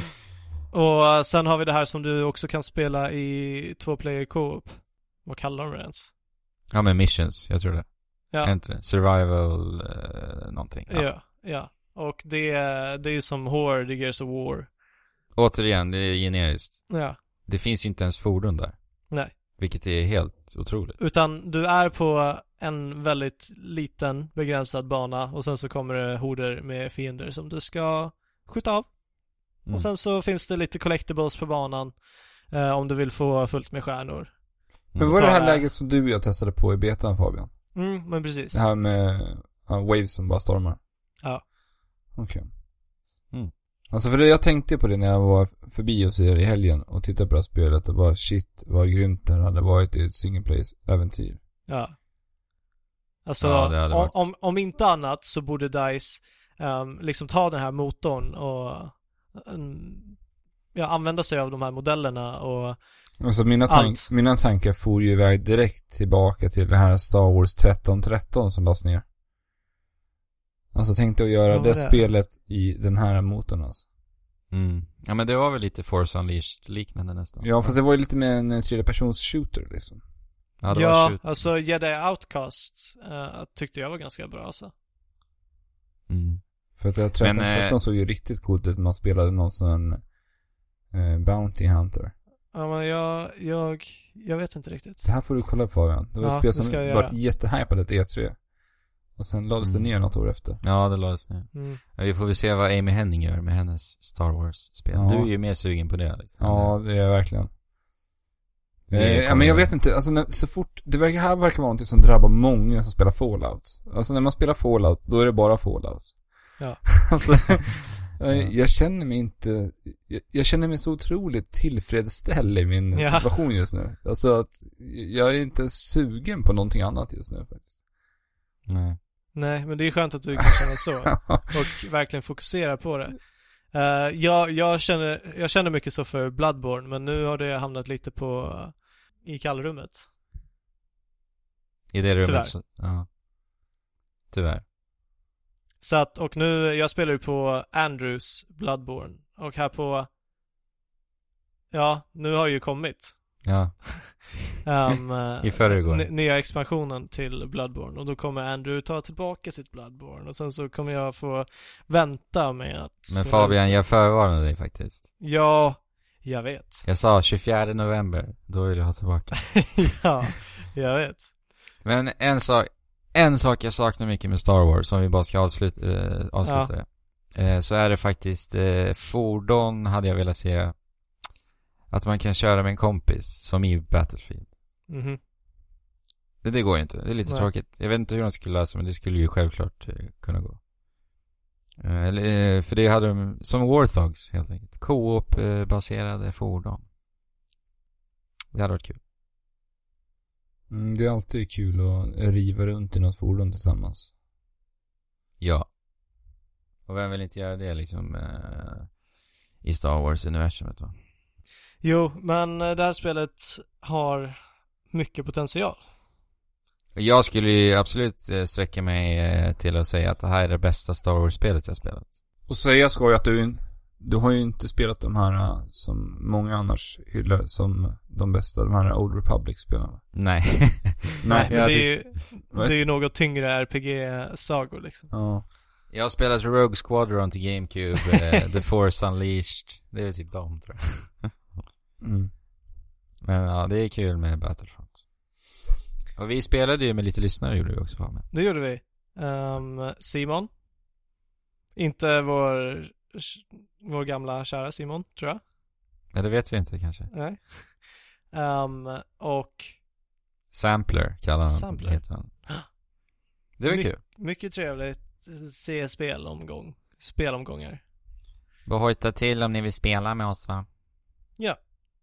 Och sen har vi det här som du också kan spela i två player co-op. Vad kallar de det ens? Ja, men missions, jag tror det. Ja. Inte det. Survival uh, någonting. Ja. ja, ja. Och det, det är ju som Horde, Gears of War. Återigen, det är generiskt. Ja. Det finns ju inte ens fordon där. Nej. Vilket är helt otroligt. Utan du är på en väldigt liten begränsad bana och sen så kommer det horder med fiender som du ska skjuta av. Mm. Och sen så finns det lite collectibles på banan eh, om du vill få fullt med stjärnor. Mm. Men vad är det här läget som du och jag testade på i betan, Fabian? Mm, men precis. Det här med uh, waves som bara stormar. Ja. Okej. Okay. Mm. Alltså för det, jag tänkte på det när jag var förbi och ser i helgen och tittade på det här spelet och bara shit, vad grymt det hade varit i ett single play-äventyr. Ja. Alltså, ja, om, om, om inte annat så borde DICE um, liksom ta den här motorn och um, ja, använda sig av de här modellerna och alltså mina, tank, mina tankar for ju iväg direkt tillbaka till det här Star Wars tretton tretton som lades ner. Alltså tänkte att göra det, det spelet i den här motorn alltså. Mm. Ja, men det var väl lite Force Unleashed liknande nästan. Ja, för det var ju lite med en tredjepersons shooter liksom. Ja, ja shooter. Alltså Jedi Outcast uh, tyckte jag var ganska bra alltså. Mm. För att tretton tretton äh... såg ju riktigt coolt ut när man spelade någon sån uh, Bounty Hunter. Ja, men jag, jag, jag vet inte riktigt. Det här får du kolla på, Fabian. Det var ja, ett spel som var jättehypat i E tre. Och sen lades mm. det ner något år efter. Ja, det lades ner. Mm. Ja, vi får väl se vad Amy Henning gör med hennes Star Wars-spel. Ja. Du är ju mer sugen på det, liksom. Ja, det är jag verkligen. Det ja, men jag vet inte. Alltså, när, så fort... Det verkar, här verkar vara något som drabbar många som spelar Fallout. Alltså, när man spelar Fallout, då är det bara Fallout. Ja. Alltså, jag, jag känner mig inte... Jag, jag känner mig så otroligt tillfredsställd i min ja. situation just nu. Alltså, att jag är inte sugen på någonting annat just nu, faktiskt. Nej. Nej, men det är skönt att du kan känna så och verkligen fokusera på det. Uh, jag, jag, känner, jag känner mycket så för Bloodborne, men nu har det hamnat lite på uh, i kallrummet. I det rummet? Tyvärr. Så, ja. Tyvärr. Så att, och nu, jag spelar ju på Andrews Bloodborne och här på ja, nu har det ju kommit. Ja. um, I förrgår. n- nya expansionen till Bloodborne. Och då kommer Andrew ta tillbaka sitt Bloodborne. Och sen så kommer jag få vänta med att... Men Fabian, jag förvarnade dig faktiskt. Ja, jag vet. Jag sa tjugofjärde november. Då vill jag ha tillbaka. Ja, jag vet. Men en sak. en sak jag saknar mycket med Star Wars, som vi bara ska avsluta, äh, avsluta Ja. det. Eh, så är det faktiskt eh, fordon hade jag velat se att man kan köra med en kompis som i Battlefield. Mhm. Det, det går ju inte. Det är lite Nej. tråkigt. Jag vet inte hur de skulle lösa, men det skulle ju självklart eh, kunna gå. Eh, eller, eh, för det hade de som Warthogs helt enkelt. Co-op eh, baserade fordon. Det hade varit kul. Mm, det är alltid kul att riva runt i något fordon tillsammans. Ja. Och vem vill inte göra det liksom eh, i Star Wars-universumet då? Jo, men eh, det här spelet har mycket potential. Jag skulle ju absolut eh, sträcka mig eh, till att säga att det här är det bästa Star Wars-spelet jag spelat. Och säga ska jag att du, du har ju inte spelat de här uh, som många annars hyllar som de bästa, de här Old Republic-spelarna. Nej. Nej, men jag det, är tyck- ju, det är ju något tyngre R P G-sagor liksom. Ja. Jag har spelat Rogue Squadron till GameCube, eh, The Force Unleashed. Det är väl typ dem, tror jag. Mm. Men ja, det är kul med Battlefront. Och vi spelade ju med lite lyssnare, gjorde vi också för mig. Det gjorde vi. Um, Simon. Inte vår vår gamla kära Simon, tror jag. Ja, det vet vi inte kanske. Nej. Um, och Sampler kallar han. Sampler. Heter han. Det var My- kul. mycket trevligt. Se spelomgång. Spelomgångar. Bara hojta till om ni vill spela med oss, va? Ja.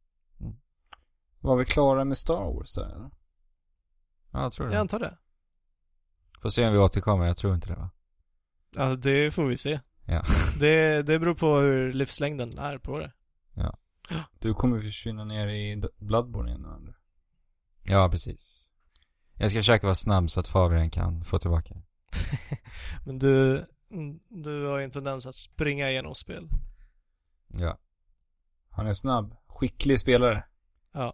Var vi klara med Star Wars där, eller? Ja, jag tror det. Jag antar det. Får se om vi återkommer, jag tror inte det, va? Ja, det får vi se. Ja. Det, det beror på hur livslängden är på det. Du kommer försvinna ner i D- Bloodborne igen, eller? Ja, precis. Jag ska försöka vara snabb så att Fabian kan få tillbaka. Men du, du har ju en tendens att springa igenom spel. Ja. Han är snabb. Skicklig spelare. Ja.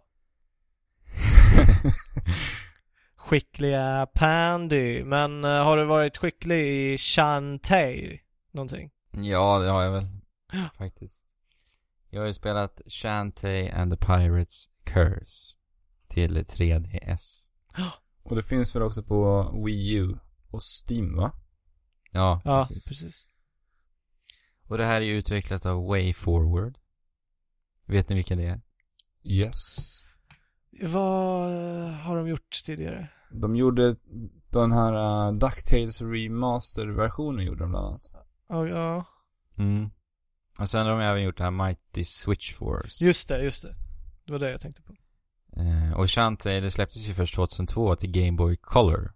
Skickliga Pandy. Men uh, har du varit skicklig i Shantae någonting? Ja, det har jag väl. Faktiskt. Jag har ju spelat Shantae and the Pirates Curse till tre D S. Och det finns väl också på Wii U och Steam, va? Ja, Ja, precis. precis. Och det här är ju utvecklat av Way Forward. Vet ni vilka det är? Yes. Vad uh, har de gjort tidigare? De gjorde den här uh, DuckTales Remaster-versionen gjorde de bland annat. Ja, ja. Mm. Och sen har de även gjort det här Mighty Switch Force. Just det, just det. Det var det jag tänkte på. Eh, och Shantae, det släpptes ju först tjugohundratvå till Game Boy Color.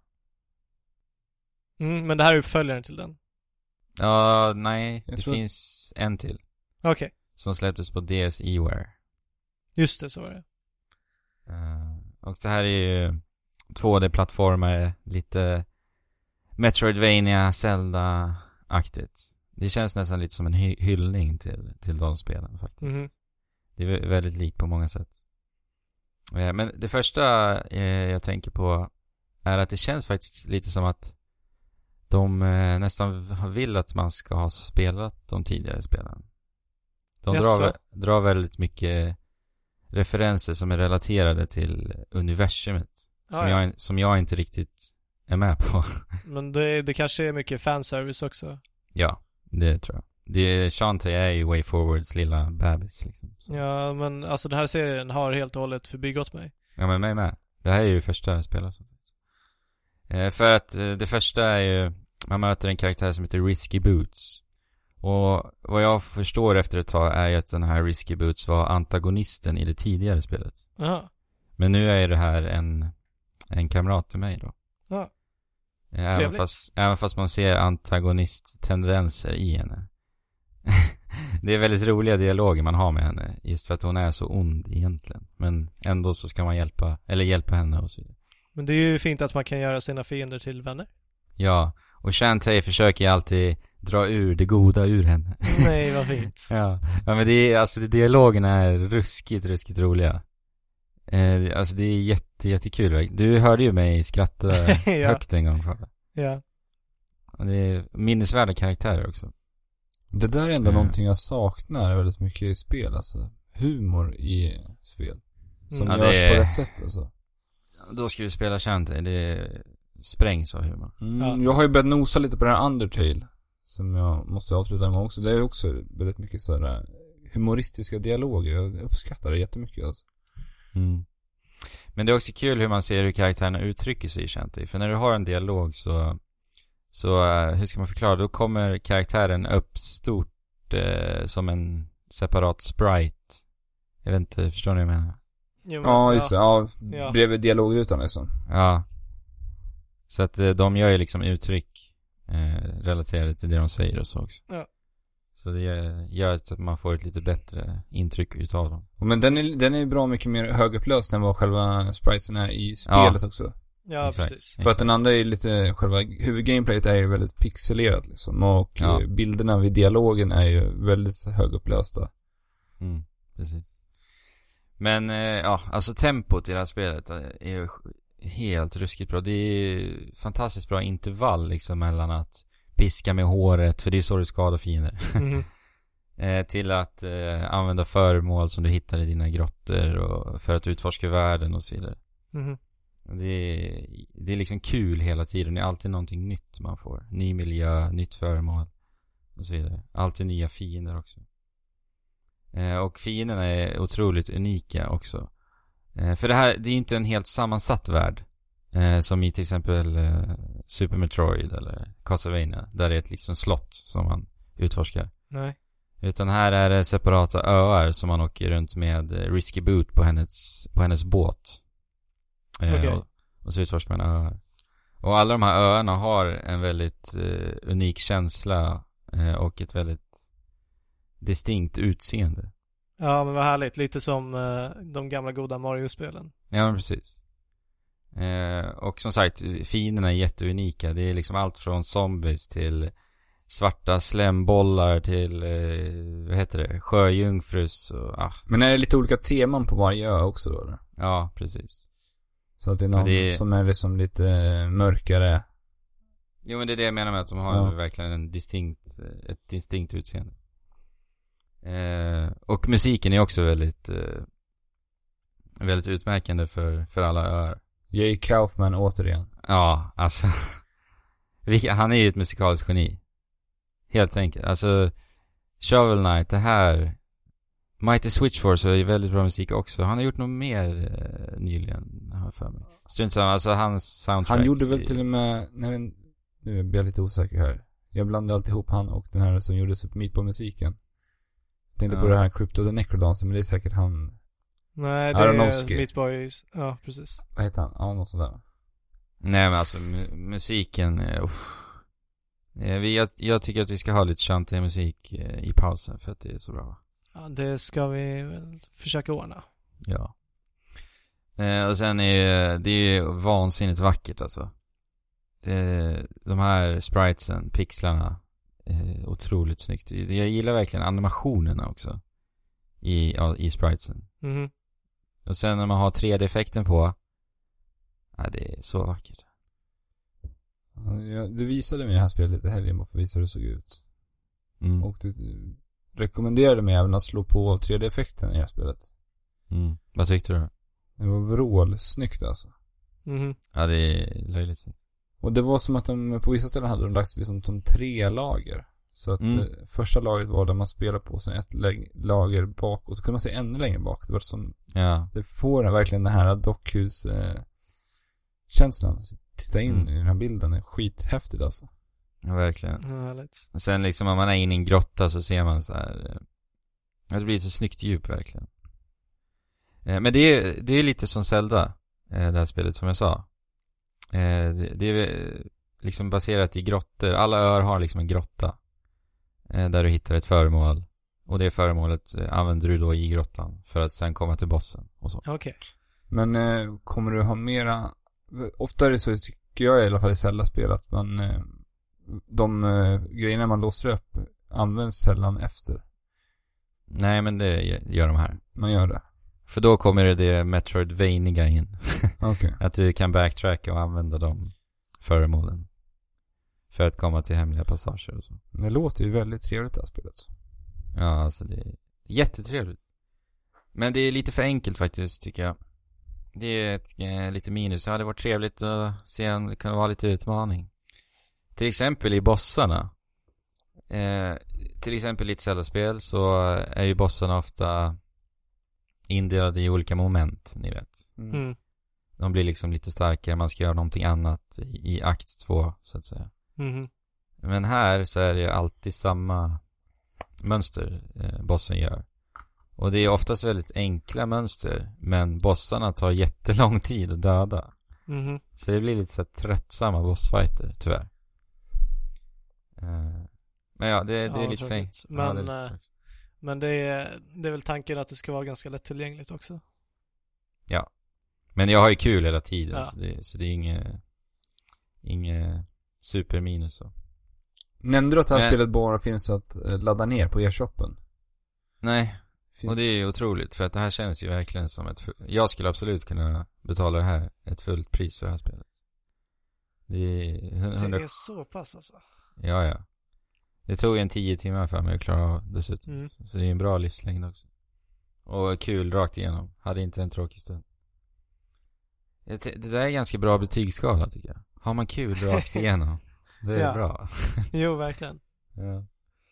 Mm, men det här är uppföljaren till den. Ja, nej. Jag det tror- finns en till. Okej, Som släpptes på D S Eware. just det, så var det. Uh, och det här är ju två D-plattformar, lite Metroidvania, Zelda-aktigt. Det känns nästan lite som en hy- hyllning till, till de spelen faktiskt. Mhm. Det är vä- väldigt likt på många sätt. Uh, men det första uh, jag tänker på är att det känns faktiskt lite som att de uh, nästan vill att man ska ha spelat de tidigare spelen. De Jaså? drar, drar väldigt mycket referenser som är relaterade till universumet. Ah, som, ja. jag, som jag inte riktigt är med på. Men det, det kanske är mycket fanservice också. Ja, det tror jag. Det, Shantae är ju Way Forwards lilla bebis liksom. Så. Ja, men alltså den här serien har helt och hållet förbigått mig. Ja, men mig med. Det här är ju första spelet. Eh, för att eh, det första är ju, man möter en karaktär som heter Risky Boots. Och vad jag förstår efter ett tag är ju att den här Risky Boots var antagonisten i det tidigare spelet. Jaha. Men nu är det här en, en kamrat till mig då. Ja. Även Trevligt. fast, även fast man ser antagonist-tendenser i henne. Det är väldigt roliga dialoger man har med henne. Just för att hon är så ond egentligen. Men ändå så ska man hjälpa, eller hjälpa henne och så vidare. Men det är ju fint att man kan göra sina fiender till vänner. Ja, och Shantae försöker ju alltid dra ur det goda ur henne. Nej, vad fint. Ja, ja men det är, alltså det, dialogerna är ruskigt, ruskigt roliga. Eh, alltså det är jätte, jättekul. Du hörde ju mig skratta Ja. högt en gång. För. Ja. Det är minnesvärda karaktärer också. Det där är ändå Mm. någonting jag saknar väldigt mycket i spel, alltså. Humor i spel. Som Mm. Ja, görs det är- på rätt sätt, alltså. Då ska du spela Shantae. Det är sprängs av humor. Mm, Ja. Jag har ju börjat nosa lite på den här Undertale. Som jag måste avsluta en gång också. Det är också väldigt mycket sådär humoristiska dialoger. Jag uppskattar det jättemycket alltså. Mm. Men det är också kul hur man ser hur karaktärerna uttrycker sig i Shantae. För när du har en dialog så, så uh, hur ska man förklara? Då kommer karaktären upp stort uh, som en separat sprite. Jag vet inte, förstår ni vad jag menar? Jo, men, Ja, just det. Ja, Ja. bredvid dialogrutan liksom. Ja. Så att uh, de gör ju liksom uttryck uh, relaterade till det de säger och så också. Ja. Så det gör, gör att man får ett lite bättre intryck utav dem. Men den är, den är bra mycket mer högupplöst än vad själva spritesen är i spelet Ja. också. Ja, Exakt. precis. För att den andra är ju lite, själva huvudgameplayet är ju väldigt pixelerat liksom. Och Ja. eh, bilderna vid dialogen är ju väldigt högupplösta. Mm, precis. Men eh, ja, alltså tempot i det här spelet är ju helt ruskigt bra. Det är fantastiskt bra intervall liksom mellan att piska med håret, för det är så du skadar fiender. Mhm. eh, till att eh, använda föremål som du hittar i dina grottor och för att utforska världen och så vidare. Mhm. Det är, det är liksom kul hela tiden. Det är alltid någonting nytt man får. Ny miljö, nytt föremål och så vidare. Alltid nya fiender också. Eh, och fienderna är otroligt unika också. Eh, för det här, det är inte en helt sammansatt värld. Eh, som i till exempel eh, Super Metroid eller Castlevania. Där det är ett liksom slott som man utforskar. Nej. Utan här är det separata öar som man åker runt med eh, Risky Boot på hennes, på hennes båt. Eh, Okej. och, och så utforskar man öar. Och alla de här öarna har en väldigt eh, unik känsla eh, och ett väldigt distinkt utseende. Ja, men vad härligt. Lite som eh, de gamla goda Mario-spelen. Ja, men precis. Eh, och som sagt, fienderna är jätteunika. Det är liksom allt från zombies till svarta slembollar till, eh, vad heter det, sjöjungfrus och ah. Men är det lite olika teman på varje ö också då eller? Ja, precis. Så att det är någon det är... som är liksom lite mörkare. Jo, men det är det jag menar med att de har Ja. verkligen en distinkt, ett distinkt utseende. Eh, och musiken är också väldigt eh, väldigt utmärkande för, för alla öar. Jay Kaufman återigen. Ja, alltså vilka, han är ju ett musikaliskt geni. Helt enkelt. Alltså Shovel Knight, det här Mighty Switch Force är ju väldigt bra musik också. Han har gjort något mer eh, nyligen, har jag för mig. Strunt samma, alltså hans soundtrack. Han gjorde väl till och med, nej men, nu blir jag lite osäker här. Jag blandar alltid ihop han och den här som gjorde Super Meat på musiken. Jag tänkte Ja. på det här Crypto the Necrodancer, men det är säkert han, Nej, det Aronofsky. är Meat Boys. Ja, precis. vad heter han? Ja, något sånt där. Nej, men alltså mu- musiken eh, eh, vi, jag, jag tycker att vi ska ha lite Shantae-musik eh, i pausen för att det är så bra. Ja, det ska vi väl försöka ordna. Ja. Eh, och sen är ju, det är ju vansinnigt vackert alltså. Eh, de här spritesen, pixlarna, eh, otroligt snyggt. Jag gillar verkligen animationerna också i, ja, i spritesen. Mhm. Och sen när man har tre D-effekten på, ja, det är så vackert. Ja, jag- du visade mig det här spelet lite helgen bara för att visa hur det såg ut. Mm. Och du du rekommenderade mig även att slå på tre D-effekten i det här spelet. Mm. Vad tyckte du? Det var vrålsnyggt alltså. Mhm. Ja, det är löjligt snyggt. Och det var som att de på vissa ställen hade de lagt liksom som tre lager. Så att Mm. eh, första lagret var där man spelar på, sen ett lä- lager bak och så kunde man se ännu längre bak. Det var som, Ja. det får verkligen den här dockhus eh, känslan. Alltså, titta in Mm. i den här bilden, det är skithäftigt alltså. Ja, verkligen. Ja, härligt. Och sen liksom om man är inne i en grotta så ser man så här. eh, Ja, det blir så snyggt djup verkligen. Eh, Men det är, det är lite som Zelda, eh, det här spelet som jag sa. Eh, Det, det är eh, liksom baserat i grottor. Alla öar har liksom en grotta. eh, Där du hittar ett föremål. Och det föremålet eh, använder du då i grottan. För att sen komma till bossen och så. Okej. Men eh, kommer du ha mera, ofta är det så tycker jag i alla fall i Zelda-spel att man eh, de eh, grejerna man låser upp används sällan efter. Nej, men det gör de här. Man gör det. För då kommer det, det Metroidvania in. Okej. Att du kan backtracka och använda de föremålen. För att komma till hemliga passager och så. Det låter ju väldigt trevligt det här spelet. Ja, alltså det är jättetrevligt. Men det är lite för enkelt faktiskt, tycker jag. Det är ett, eh, lite minus. Det hade varit trevligt att se om det kunde vara lite utmaning. Till exempel i bossarna. Eh, till exempel i ett Zelda-spel så är ju bossarna ofta indelade i olika moment, ni vet. Mm. Mm. De blir liksom lite starkare, man ska göra någonting annat i, i akt två, så att säga. Mm. Men här så är det ju alltid samma mönster eh, bossen gör. Och det är oftast väldigt enkla mönster, men bossarna tar jättelång tid att döda. Mm. Så det blir lite så här tröttsamma bossfighter, tyvärr. Uh, men ja, det, det ja, är lite fängt. Men, ja, det, är lite men det, är, det är väl tanken att det ska vara ganska lättillgängligt också. Ja. Men jag har ju kul hela tiden, ja. så, det, så det är inget inget superminus så. Nämnde du att det här men, spelet bara finns att ladda ner på e-shoppen? Nej. Och det är ju otroligt, för att det här känns ju verkligen som ett... Jag skulle absolut kunna betala det här ett fullt pris för det här spelet. Det är... hundra... Det är så pass alltså. Ja, ja. Det tog en tio timmar för mig att klara av dessutom. Mm. Så det är en bra livslängd också. Och kul rakt igenom. Hade inte en tråkig stund. Det där är ganska bra betygsskala, tycker jag. Har man kul rakt igenom, det är ja. bra. Jo, verkligen. Ja.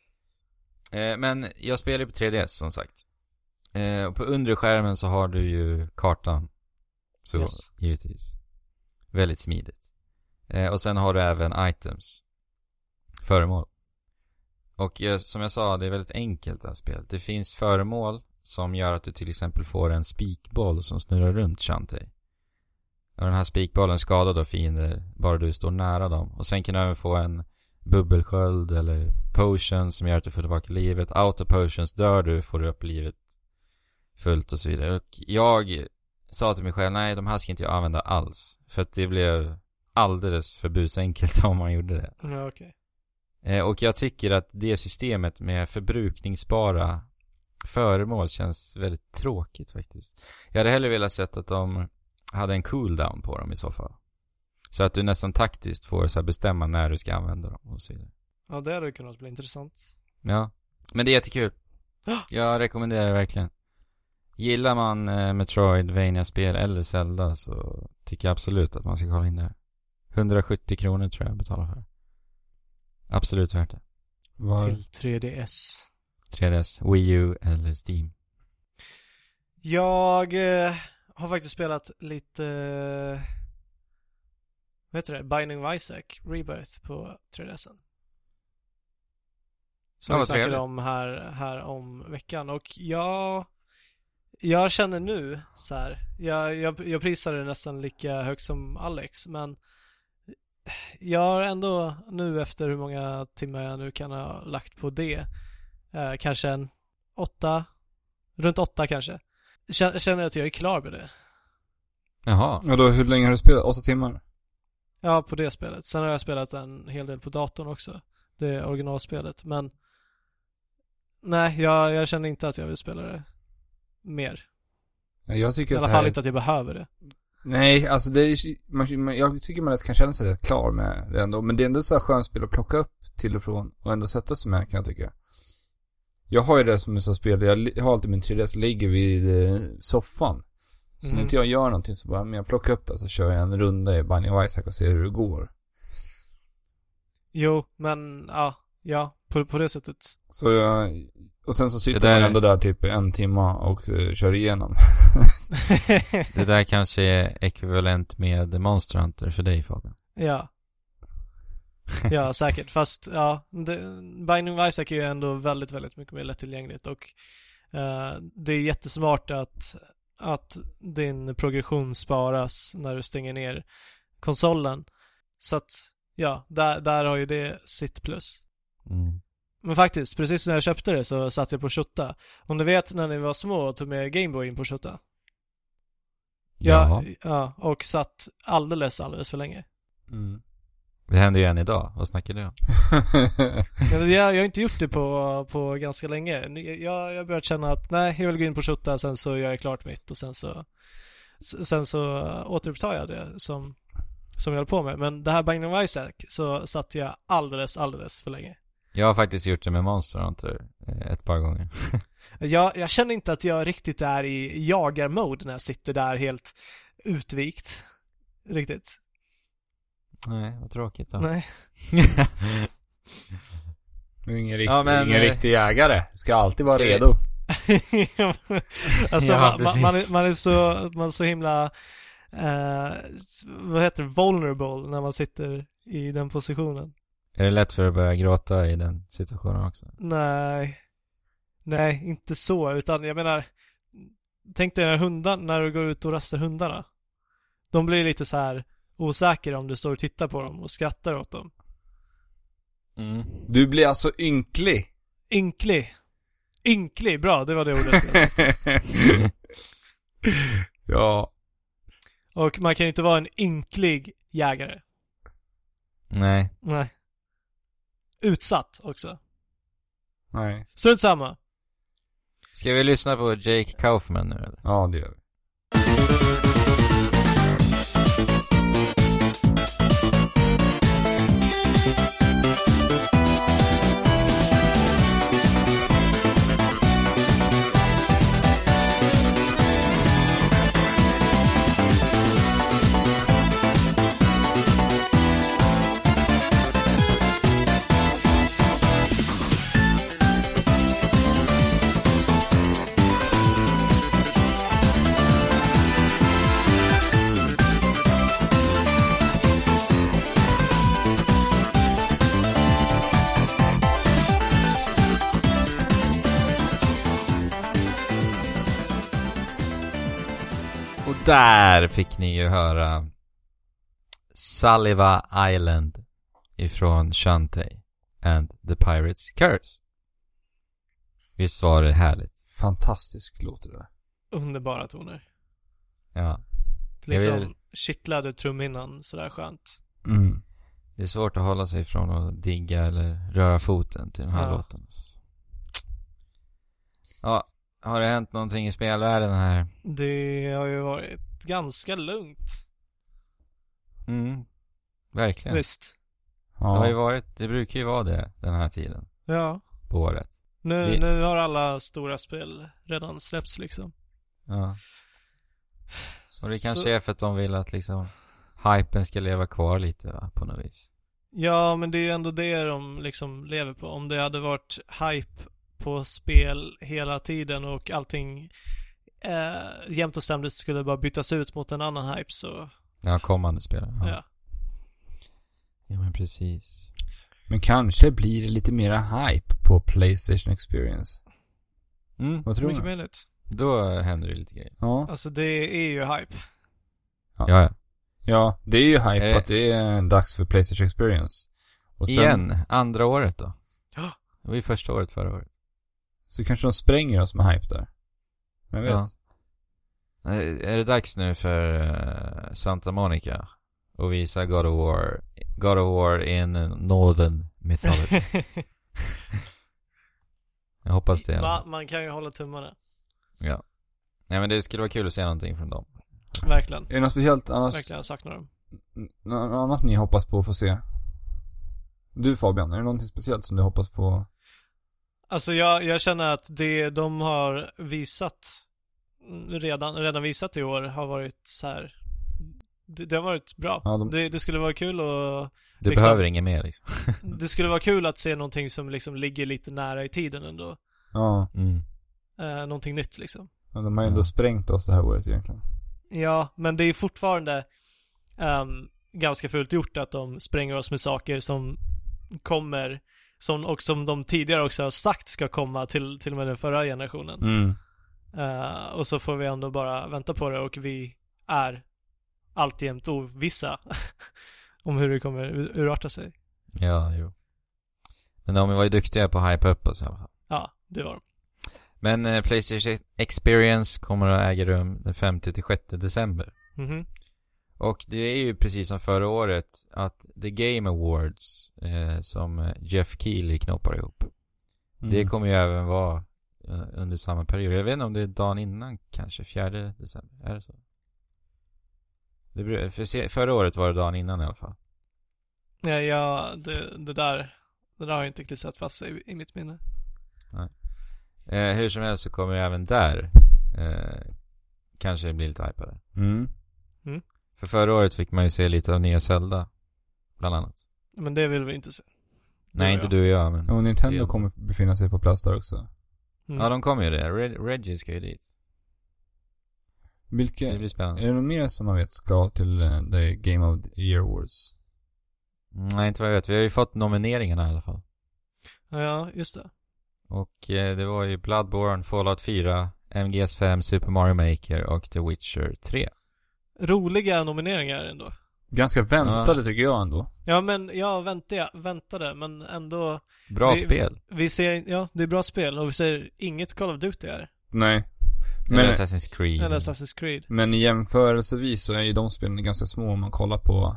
Eh, men jag spelar på tre D S, som sagt. Eh, och på undre skärmen så har du ju kartan. Så yes. Givetvis. Väldigt smidigt. Eh, och sen har du även items. Föremål. Och eh, som jag sa, det är väldigt enkelt det här spelet. Det finns föremål som gör att du till exempel får en spikboll som snurrar runt Shantae. Och den här spikbollen skadar då fiender bara du står nära dem. Och sen kan du även få en bubbelsköld eller potion som gör att du får tillbaka livet. Auto potions, dör du får du upp livet fullt och så vidare. Och jag sa till mig själv, nej, de här ska inte jag använda alls. För att det blev alldeles för busenkelt om man gjorde det. Ja, okej. Eh, och jag tycker att det systemet med förbrukningsbara föremål känns väldigt tråkigt faktiskt. Jag hade hellre velat sett att de hade en cooldown på dem i så fall. Så att du nästan taktiskt får så här bestämma när du ska använda dem och så vidare. Ja, det hade kunnat bli intressant. Ja, men det är jättekul. Jag rekommenderar det verkligen. Gillar man eh, Metroidvania-spel eller Zelda så tycker jag absolut att man ska kolla in det. hundrasjuttio kronor tror jag betalar för. Absolut värt det. Var... Till tre D S. tre D S, Wii U eller Steam. Jag eh, har faktiskt spelat lite... Eh, vad heter det? Binding of Isaac Rebirth på tre D S:en. Som ja, vi snackade om här, här om veckan. Och jag... Jag känner nu så här, jag, jag, jag prisar det nästan lika högt som Alex, men jag har ändå nu efter hur många timmar jag nu kan ha lagt på det, eh, kanske en åtta, runt åtta kanske, känner, känner att jag är klar med det. Jaha. Och då, hur länge har du spelat? Åtta timmar? Ja, på det spelet. Sen har jag spelat en hel del på datorn också, det originalspelet, men nej, jag, jag känner inte att jag vill spela det mer. Jag tycker I alla att fall här... inte att jag behöver det. Nej, alltså det är, man, jag tycker man kan känna sig rätt klar med det ändå. Men det är ändå så här skönt spel att plocka upp till och från och ändå sätta sig med, kan jag tycka. Jag har ju det som är så spel, jag har alltid min tre D S ligger vid eh, soffan. Så mm. när inte jag gör någonting så bara, men jag plockar upp det så kör jag en runda i Binding of Isaac och ser hur det går. Jo, men ja, ja på, på det sättet. Så jag... Och sen så sitter man ändå där typ en timma och uh, kör igenom. Det där kanske är ekvivalent med Monster Hunter för dig, Fabian. Ja. Ja, säkert. Fast ja, det, Binding of Isaac är ju ändå väldigt, väldigt mycket mer lättillgängligt. Och uh, det är jättesmart att, att din progression sparas när du stänger ner konsolen. Så att, ja, där, där har ju det sitt plus. Mm. Men faktiskt, precis när jag köpte det så satt jag på Shota. Om du vet när ni var små och tog med Gameboy in på Shota. Ja. Ja, och satt alldeles, alldeles för länge. Mm. Det händer ju än idag. Vad snackar du om? jag, jag har inte gjort det på, på ganska länge. Jag har börjat känna att nej, jag vill gå in på Shota, sen så gör jag klart mitt och sen så sen så återupptar jag det som, som jag håller på med. Men det här Binding of Isaac så satt jag alldeles, alldeles för länge. Jag har faktiskt gjort det med Monster Hunter ett par gånger. jag, jag känner inte att jag riktigt är i jagar-mode när jag sitter där helt utvikt riktigt. Nej, vad tråkigt då. Nej. Du är ingen, rikt- Ja, men, ingen eh, riktig jägare. Du ska alltid vara ska vi- redo. Alltså Ja, man, man, man, precis. är, man är så man är så himla eh, vad heter det? Vulnerable när man sitter i den positionen. Är det lätt för att börja gråta i den situationen också? Nej. Nej, inte så. Utan jag menar, tänk dig när hundar, när du går ut och rastar hundarna. De blir lite så här osäkra om du står och tittar på dem och skrattar åt dem. Mm. Du blir alltså ynklig. Ynklig. Ynklig, bra, det var det ordet jag sa. Ja. Och man kan inte vara en ynklig jägare. Nej. Nej. Utsatt också. Nej. Strunt samma. Ska vi lyssna på Jake Kaufman nu eller? Ja, det gör vi. Och där fick ni ju höra Saliva Island ifrån Shantae and the Pirate's Curse. Visst var det härligt? Fantastiskt låter det där. Underbara toner. Ja. Liksom Jag vill- kittlade trumhinnan sådär skönt. Mm. Det är svårt att hålla sig från att digga eller röra foten till den här Ja. låten. Ja, har det hänt någonting i spelvärlden här? Det har ju varit ganska lugnt. Mm. Verkligen. Visst. Det har ju Ja. varit, det brukar ju vara det den här tiden Ja. på året. Nu, Vi- nu har alla stora spel redan släppts liksom. Ja. Och det kanske Så- är för att de vill att liksom hypen ska leva kvar lite va, på något vis. Ja, men det är ju ändå det de liksom lever på. Om det hade varit hype på spel hela tiden och allting eh, jämt och ständigt skulle bara bytas ut mot en annan hype så Ja, kommande spelare. Ja. ja. ja, men precis. Men kanske blir det lite mera hype på PlayStation Experience. Mm. Vad tror Mycket du? möjligt. Då händer det lite grejer. Ja. Alltså det är ju hype. Ja, ja. Ja, det är ju hype Eh. att det är dags för PlayStation Experience. Och sen Igen, andra året då. Ja. Det var ju första året förra året. så kanske de spränger oss med hype där. Jag vet. Ja. Är är det dags nu för uh, Santa Monica och visa God of War God of War in Northern Mythology? Jag hoppas det. Man, man kan ju hålla tummarna. Ja. Nej, men det skulle vara kul att se någonting från dem. Verkligen. Är det något speciellt annars? Verkligen, jag saknar dem. N- något annat ni hoppas på att få se? Du Fabian, är det någonting speciellt som du hoppas på? Alltså jag, jag känner att det de har visat redan, redan visat i år har varit så här. Det, det har varit bra. Ja, de- det, det skulle vara kul och Du Liksom- behöver inget mer liksom. det skulle vara kul att se någonting som liksom ligger lite nära i tiden ändå. Ja, Mm. Eh, någonting nytt liksom. men de har ju ändå Ja. sprängt oss det här året egentligen. Ja, men det är fortfarande ehm, ganska fullt gjort att de spränger oss med saker som kommer som, och som de tidigare också har sagt ska komma till, till och med den förra generationen. Mm. Eh, och så får vi ändå bara vänta på det och vi är alltjämt ovissa om hur det kommer ur- urarta sig. Ja, jo. Men de var ju duktiga på att hype upp oss i alla fall. Ja, det var de. Men eh, PlayStation Experience kommer att äga rum den femte till sjätte december. Mhm. Och det är ju precis som förra året att The Game Awards eh, som eh, Jeff Keighley knoppar ihop. Mm. Det kommer ju även vara eh, under samma period. Jag vet inte om det är dagen innan kanske, fjärde december. Är det så? Det, bru- för se, förra året var det dagen innan i alla fall. Ja, ja det, det där det där har jag inte klistrat fast sig i, i mitt minne. Eh, hur som helst så kommer ju även där eh, kanske det blir lite hypade. Mm. Mm. För förra året fick man ju se lite av nya Zelda, bland annat. Men det vill vi inte se. Nej, inte jag. du och jag, men... Och Nintendo det- kommer befinna sig på plats där också. Mm. Ja, de kommer ju det. Reg- Reggie ska ju dit. Vilka, Det blir spännande. är det något mer som man vet ska till uh, The Game of the Year Awards? Nej, inte vad jag vet. Vi har ju fått nomineringarna i alla fall. Ja, just det. Och eh, det var ju Bloodborne, Fallout fyra, M G S fem, Super Mario Maker och The Witcher tre. Roliga nomineringar ändå. Ganska väntade Ja. tycker jag ändå. Ja, men jag väntade, väntade men ändå... Bra vi, spel. Vi ser, ja, det är bra spel och vi ser inget Call of Duty här. Nej. Men, Men, Assassin's Creed. Eller Assassin's Creed. men jämförelsevis så är ju de spelen ganska små om man kollar på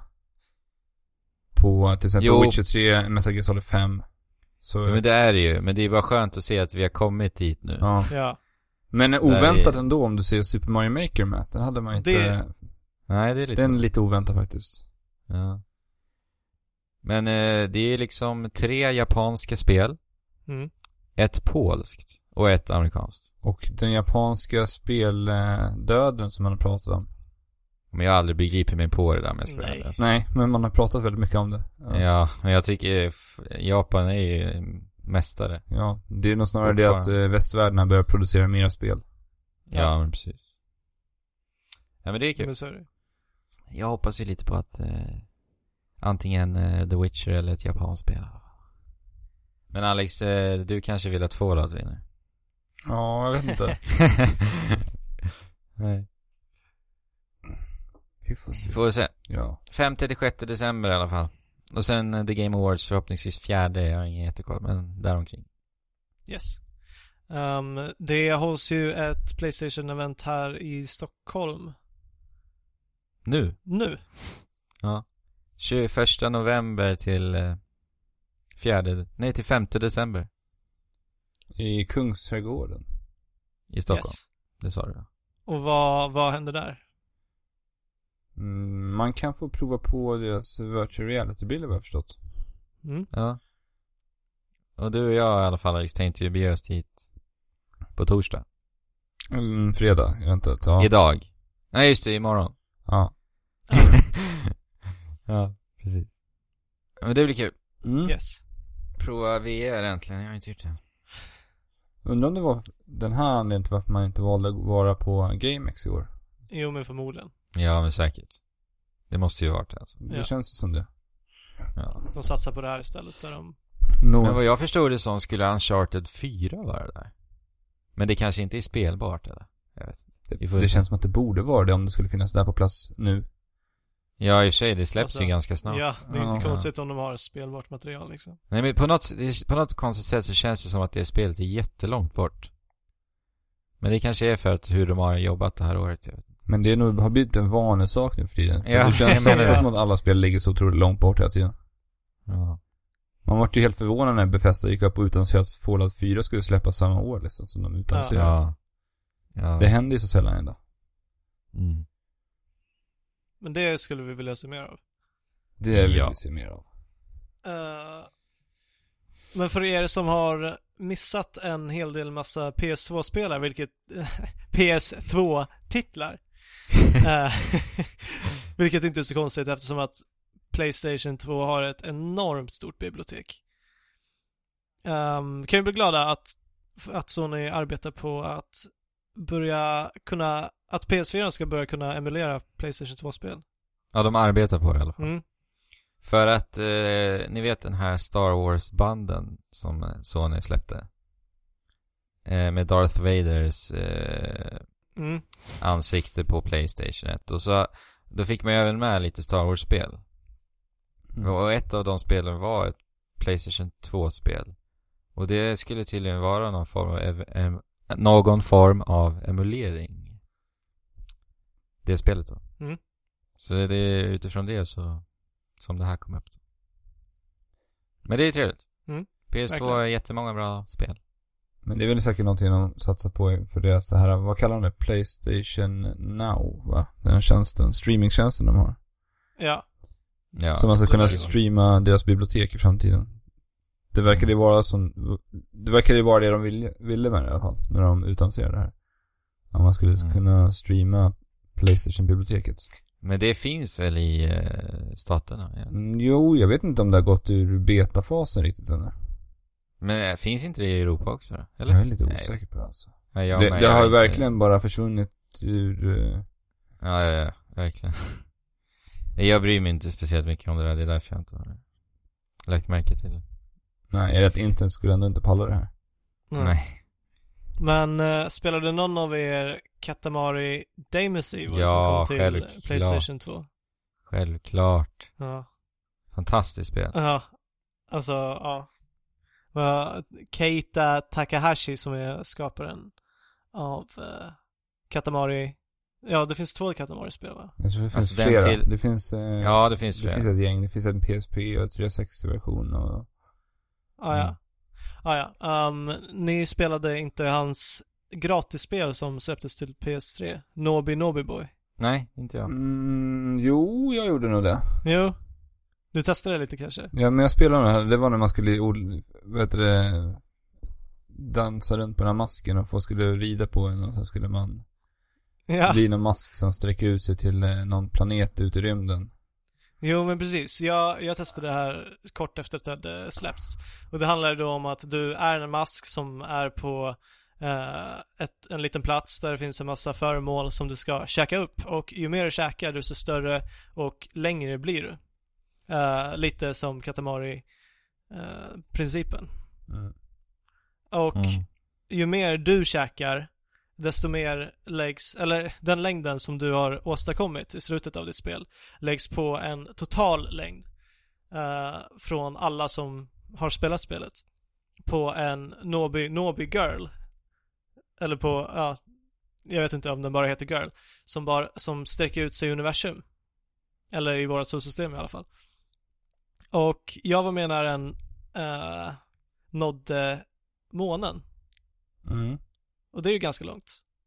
på till exempel Jo. Witcher tre, Metal Gear Solid fem. Så, Ja, men det är det ju. Men det är bara skönt att se att vi har kommit dit nu. ja. Ja. Men oväntat är- ändå om du ser Super Mario Maker med. Den hade man inte... Det- Nej, det är lite... Den är lite oväntat faktiskt. Ja. Men eh, det är liksom tre japanska spel. Mm. Ett polskt och ett amerikanskt. Och den japanska speldöden som man har pratat om. Men jag har aldrig begripit mig på det där med Nej. spel. Nej, men man har pratat väldigt mycket om det. Ja, men jag tycker f- Japan är ju mästare. Ja, det är nog snarare det att Fortfarande. eh, västvärlden har börjat producera mera spel. Ja, Ja. men precis. Ja, men det är kul. Men så är det. Jag hoppas ju lite på att eh, antingen eh, The Witcher eller ett japanskt spel. Men Alex, eh, du kanske vill att Fallout vinner? Ja, jag vet inte. Nej. Vi får se. Får vi se. Ja. femte till sjätte december i alla fall. Och sen eh, The Game Awards förhoppningsvis fjärde. Jag har ingen jättekoll, men däromkring. Yes. Um, det hålls ju ett PlayStation-event här i Stockholm. Nu? Nu. Ja. tjugoförsta november till eh, fjärde, nej till femte december I Kungsträdgården. i Stockholm. Yes. Det sa du, va? Och vad, vad händer där? Mm, man kan få prova på deras virtual reality-bilder vad jag har förstått. Mm. Ja. Och du och jag i alla fall, Alex, tänkte ju bege oss hit på torsdag. Mm, fredag, eventuellt. Ja. Idag. Nej, just det, imorgon. Ja. Ja, precis. Men det blir kul. Mm. Yes. Prova V R äntligen, jag har inte gjort det. Undrar om det var den här anledningen till varför man inte valde att vara på GameX i år. Jo, men förmodligen. Ja, men säkert. Det måste ju varit det, alltså. Det Ja. känns som det. Ja. De satsar på det här istället där de... No. Men vad jag förstod det som skulle Uncharted fyra vara där. Men det kanske inte är spelbart, eller? Jag vet inte. Vi får Det se. känns som att det borde vara det om det skulle finnas där på plats nu. Ja, i och för sig, det släpps Alltså, ju ganska snart. Ja, det är inte Ja. konstigt om de har spelbart material liksom. Nej, men på något, det är- på något konstigt sätt så känns det som att det spelet är jättelångt bort. Men det kanske är för att hur de har jobbat det här året, jag vet inte. Men det är nog, har blivit en vanesak nu för tiden. För Ja, det jag känns menar ofta det. som att alla spel ligger så otroligt långt bort hela tiden. Ja. Man var ju helt förvånad när Bethesda gick upp och utannonserade att Fallout fyra skulle släppas samma år liksom, som de utannonserade. Ja. Ja. Det händer ju så sällan ändå. Mm. Men det skulle vi vilja se mer av. Det vill Ja. vi se mer av. Uh, men för er som har missat en hel del massa P S två-spelare, vilket P S två-titlar. uh, vilket inte är så konstigt eftersom att PlayStation två har ett enormt stort bibliotek. Um, kan vi bli glada att, att Sony arbetar på att börja kunna, att P S fyra ska börja kunna emulera PlayStation två-spel. Ja, de arbetar på det i alla fall. Mm. För att, eh, ni vet den här Star Wars-banden som eh, Sony släppte. Eh, med Darth Vaders eh, Mm. ansikte på PlayStation ett. Och så, då fick man ju även med lite Star Wars-spel. Mm. Och ett av de spelen var ett PlayStation två-spel. Och det skulle tydligen vara någon form av, ev- em- någon form av emulering. Det spelet då. Mm. Så det är utifrån det så som det här kom upp då. Men det är trevligt. Mm. P S två Verkligen. är jättemånga bra spel. Men det är väl säkert någonting de satsar på för deras det här, vad kallar de det? PlayStation Now, va? Den här tjänsten, streamingtjänsten de har. Ja. Ja, så man ska det kunna verkar streama deras bibliotek i framtiden. Det verkar ju vara som, det verkar ju vara det de ville, ville med det i alla fall, när de utannonserade det här. Om man skulle Mm. kunna streama PlayStation-biblioteket. Men det finns väl i uh, staterna? Ja. Mm, jo, jag vet inte om det har gått ur betafasen riktigt ännu. Men äh, finns inte det i Europa också då? Eller? Jag är lite osäker på det alltså. Nej, jag, det nej, det jag har inte... verkligen bara försvunnit ur... Uh... Ja, ja, ja, verkligen. Jag bryr mig inte speciellt mycket om det där. Det är därför jag inte har lagt märke till det. Nej, är det att internet skulle ändå inte palla det här? Mm. Nej. Men uh, spelade någon av er Katamari Damacy Ja, som kom till självklart. PlayStation två? Självklart. Ja. Fantastiskt spel. Ja. Alltså, ja. Uh, Keita Takahashi som är skaparen av uh, Katamari. Ja, det finns två Katamari-spel, va? Jag tror det finns Alltså, den flera. till- Det finns... Uh... Ja, det finns Det flera. finns ett gäng, det finns en P S P och trehundrasextio-version och... Ah, ja. Mm. Ah, ja. Um, ni spelade inte hans gratisspel som släpptes till P S tre? Nobi Nobi Boy. Nej, inte jag. Mm, jo, jag gjorde nog det. Jo. Du testade det lite kanske? Ja, men jag spelade det här. Det var när man skulle, vad heter det, dansa runt på den här masken och folk skulle rida på en och så skulle man Ja. bli någon mask som sträcker ut sig till eh, någon planet ute i rymden. Jo, men precis. Jag, jag testade det här kort efter att det hade släppts. Och det handlar då om att du är en mask som är på eh, ett, en liten plats där det finns en massa föremål som du ska käka upp. Och ju mer du käkar, desto större och längre blir du. Eh, lite som Katamari-principen. Mm. Och Mm. ju mer du käkar, desto mer läggs, eller den längden som du har åstadkommit i slutet av ditt spel läggs på en total längd eh, från alla som har spelat spelet på en Nobi Nobi Girl, eller på, ja, jag vet inte om den bara heter Girl, som bara som sträcker ut sig i universum, eller i vårt solsystem i alla fall. Och jag var med när den eh, nådde månen. Mm. Och det är ju ganska långt.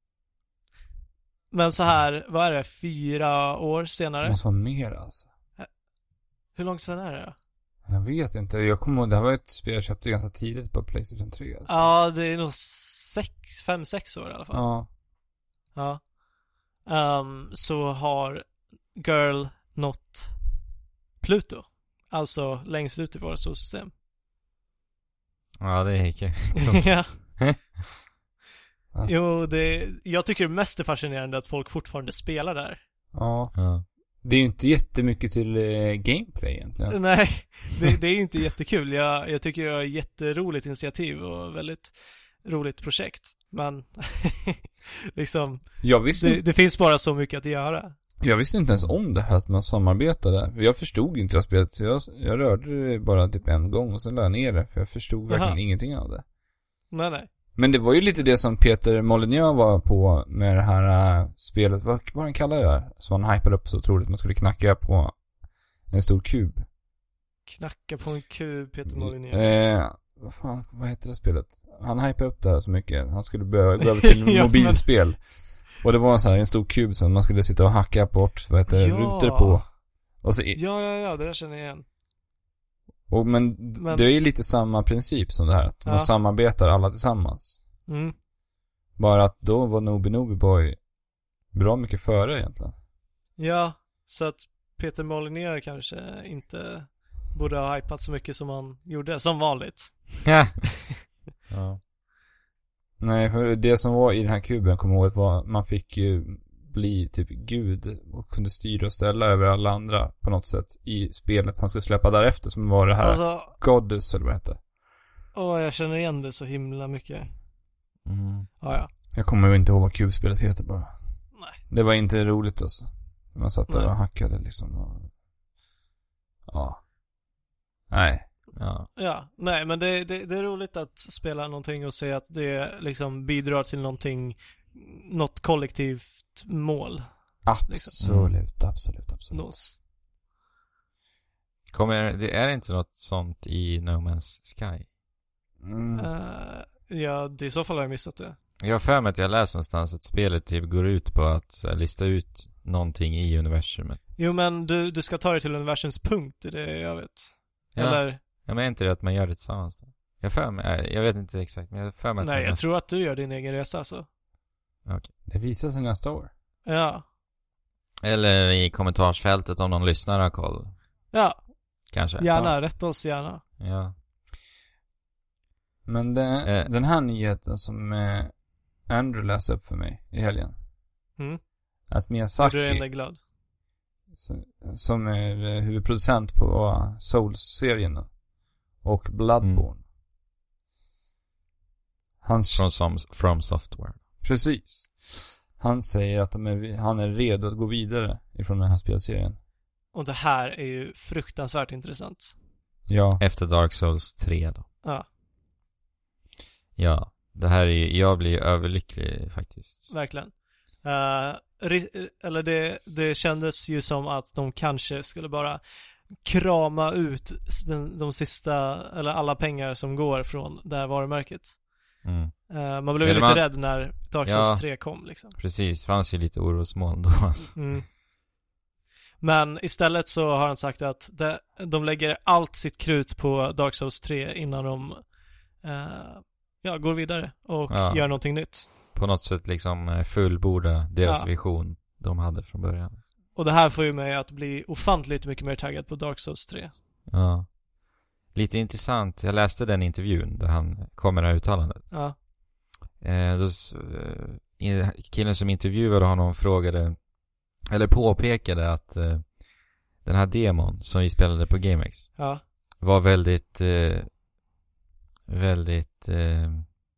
Men så här, vad är det? Fyra år Det senare? måste vara mer alltså. Hur långt sedan är det då? Jag vet inte. Jag kommer ihåg, det här var ett spel jag köpte ganska tidigt på PlayStation tre alltså. Ja, det är nog sex, fem, sex år i alla fall. Ja. Ja. Um, så har Girl nått Pluto. Alltså längst ut i våra solsystem. Ja, det gick ju. Ja. Ja. Jo, det, jag tycker det mest är fascinerande att folk fortfarande spelar där. Ja. Ja. Det är ju inte jättemycket till eh, gameplay egentligen. Nej, det, det är ju inte jättekul. Jag, jag tycker det är ett jätteroligt initiativ och väldigt roligt projekt. Men liksom, Jag visste, det, det finns bara så mycket att göra. jag visste inte ens om det här att man samarbetade. Jag förstod inte det här spelet, så jag, jag rörde det bara typ en gång och sen lade jag ner det. För jag förstod verkligen Aha. ingenting av det. Nej, nej. Men det var ju lite det som Peter Molyneux var på med det här äh, spelet. Vad var han kallade det där? Så han hypade upp så otroligt. Man skulle knacka på en stor kub. Knacka på en kub, Peter Molyneux. Eh, vad fan, vad heter det spelet? Han hypade upp det här så mycket. Han skulle börja gå över till Ja, mobilspel. Men... Och det var en sån här, en stor kub som man skulle sitta och hacka bort, vad heter det, Ja. rutor på. Och så, Ja, ja, ja, det där känner jag igen. och men, Men- det är ju lite samma princip som det här. Att man Ja. samarbetar alla tillsammans. Mm. Bara att då var Nobi Nobi Boy bra mycket före egentligen. Ja, så att Peter Molyneux kanske inte borde ha hypat så mycket som han gjorde, som vanligt. Ja. Ja. Nej, för det som var i den här kuben, kommer jag ihåg, var man fick ju bli typ gud och kunde styra och ställa över alla andra på något sätt i spelet han skulle släppa därefter, som var det här Alltså, Goddess eller vad det hette. åh, jag känner igen det så himla mycket. Mm. Ja, ja. Jag kommer ju inte ihåg vad kubspelet heter bara. Nej. Det var inte roligt alltså. Man satt där Nej. och hackade liksom och... Ja. Nej. Ja. Ja, nej, men det, det, det är roligt att spela någonting och se att det liksom bidrar till någonting, något kollektivt mål Absolut, absolut, absolut. nås. Kommer, det är inte något sånt i No Man's Sky? Mm. Uh, ja, det, i så fall har jag missat det. Jag har för mig att jag läst någonstans att spelet typ går ut på att så här, lista ut någonting i universumet. Jo, men du, du ska ta dig till universums punkt, det är det jag vet. Ja. Eller, Ja, men är inte det att man gör det tillsammans då? Jag för mig, jag vet inte exakt, men jag för mig att nej, man jag tror att du gör din egen resa alltså. Okej. Det visar sig nästa år. Ja. Eller i kommentarsfältet om någon lyssnar har koll. Ja, Kanske. gärna, Ja. rätt oss gärna. Ja. Men det, Eh. den här nyheten som eh, Andrew läste upp för mig i helgen. Mm. Att Du Miyazaki, är ändå glad. som, som är eh, huvudproducent på Souls-serien då, och Bloodborne. Mm. Hans, Från som, From Software. precis. Han säger att de är, han är redo att gå vidare ifrån den här spelserien. Och det här är ju fruktansvärt intressant. Ja. Efter Dark Souls tre då. Ja, Ja. Det här är ju, jag blir ju överlycklig faktiskt. verkligen. Uh, ri- eller det, det kändes ju som att de kanske skulle bara krama ut den, de sista, eller alla pengar som går från det här varumärket. Mm. Uh, man blev Eller lite man- rädd när Dark Ja. Souls tre kom liksom. Precis, fanns ju lite orosmoln då alltså. Mm. Men istället så har han sagt att det, de lägger allt sitt krut på Dark Souls tre innan de uh, ja, går vidare och Ja. gör någonting nytt. På något sätt liksom eh, fullborda deras Ja. vision de hade från början. Och det här får ju mig att bli ofantligt mycket mer taggad på Dark Souls tre. Ja. Lite intressant. Jag läste den intervjun där han kom med det här uttalandet. Ja. Eh, då, s- eh, killen som intervjuade honom frågade, eller påpekade att eh, den här demon som vi spelade på GameX Ja. var väldigt eh, väldigt eh,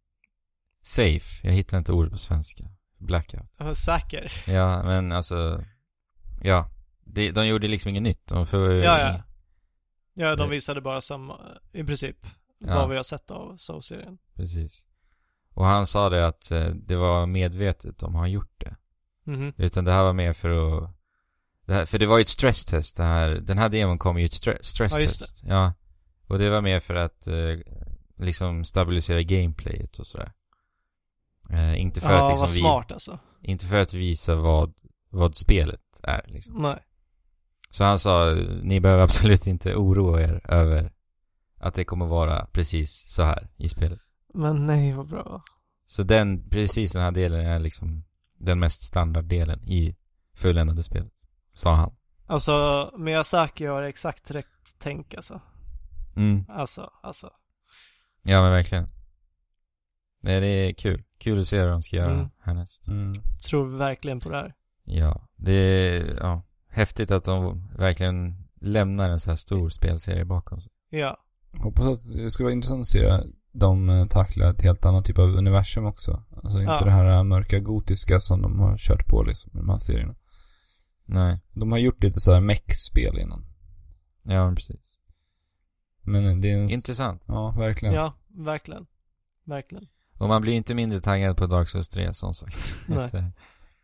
safe. Jag hittar inte ord på svenska. Blackout. Jag var säker. Ja, men alltså ja, de, de gjorde liksom inget nytt. De får, Ja, ja. Ja, de Nej. visade bara samma, i princip, Ja. vad vi har sett av Souls-serien. Precis. Och han sa det att eh, det var medvetet de har gjort det. Mhm. Utan det här var mer för att det här, för det var ju ett stresstest det här. Den här demon kom ju ett stre- stresstest. Ja, ja. Och det var mer för att eh, liksom stabilisera gameplayet och sådär. Eh, inte för Ja, att liksom vad vi, smart alltså. inte för att visa vad vad spelet är liksom. Nej. Så han sa, ni behöver absolut inte oroa er över att det kommer vara precis så här i spelet. Men nej, vad bra. Så den, precis den här delen är liksom den mest standarddelen i fulländade spelet, sa han. Alltså, Miyazaki har exakt rätt tänk alltså. Mm. Alltså, alltså. Ja, men verkligen. Nej, det är kul. Kul att se vad de ska göra Mm. härnäst. Mm. Tror verkligen på det här. Ja, det är ja, häftigt att de verkligen lämnar en så här stor spelserie bakom sig. Ja. Hoppas att det skulle vara intressant att se dem eh, tackla ett helt annat typ av universum också. Alltså inte Ja. det här mörka gotiska som de har kört på liksom i de här serierna. Nej, De har gjort lite så här mech-spel innan. ja men precis. Men det är en... Intressant. Ja, verkligen. Ja, verkligen. Verkligen. Och man blir inte mindre taggad på Dark Souls tre som sagt. Nej. Efter det.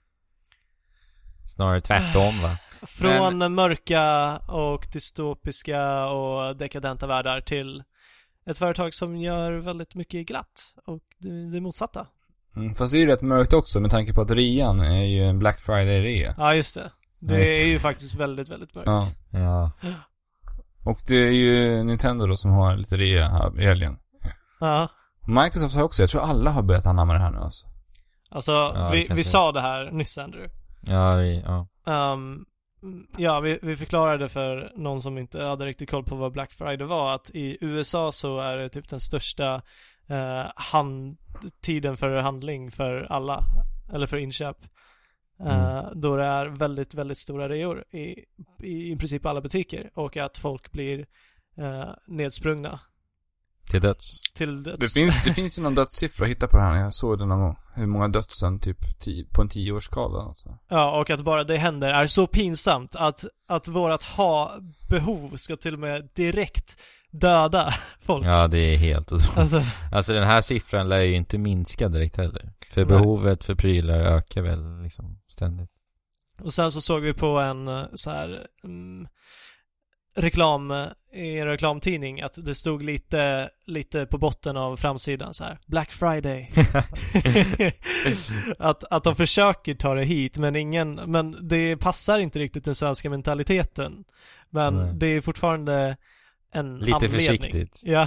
Snarare tvärtom va? Från mörka och dystopiska och dekadenta världar till ett företag som gör väldigt mycket glatt och det, det motsatta. Mm, fast det är ju rätt mörkt också med tanke på att rean är ju en Black Friday-rea. Ja, just det. Det Ja, just det. är ju faktiskt väldigt, väldigt mörkt. Ja. Ja. Och det är ju Nintendo då som har lite rea här i helgen. Ja. Microsoft har också, jag tror alla har börjat anamma det här nu alltså. Alltså, Ja, vi, kanske. vi sa det här nyss, Andrew. Ja, vi, ja. Um, ja, vi, vi förklarade för någon som inte hade riktigt koll på vad Black Friday var att i U S A så är det typ den största uh, hand, tiden för handling för alla, eller för inköp. Uh, Mm. Då det är väldigt, väldigt stora reor i, i, i princip alla butiker och att folk blir uh, nedsprungna Till döds. till döds. Det finns, det finns ju någon dödssiffra att hitta på det här. Jag såg det någon gång. Hur många dödsen typ tio, på en tioårsskala alltså. Ja, och att bara det händer är så pinsamt att, att vårat ha-behov ska till och med direkt döda folk. Ja, det är helt otroligt. Alltså, Alltså den här siffran lär ju inte minska direkt heller. För Nej. behovet för prylar ökar väl liksom ständigt. och sen så såg vi på en eh, så här mm, reklam eh, i en reklamtidning att det stod lite lite på botten av framsidan så här Black Friday. att att de försöker ta det hit men ingen men det passar inte riktigt den svenska mentaliteten. Men Nej. det är fortfarande en Lite anledning. försiktigt. Ja.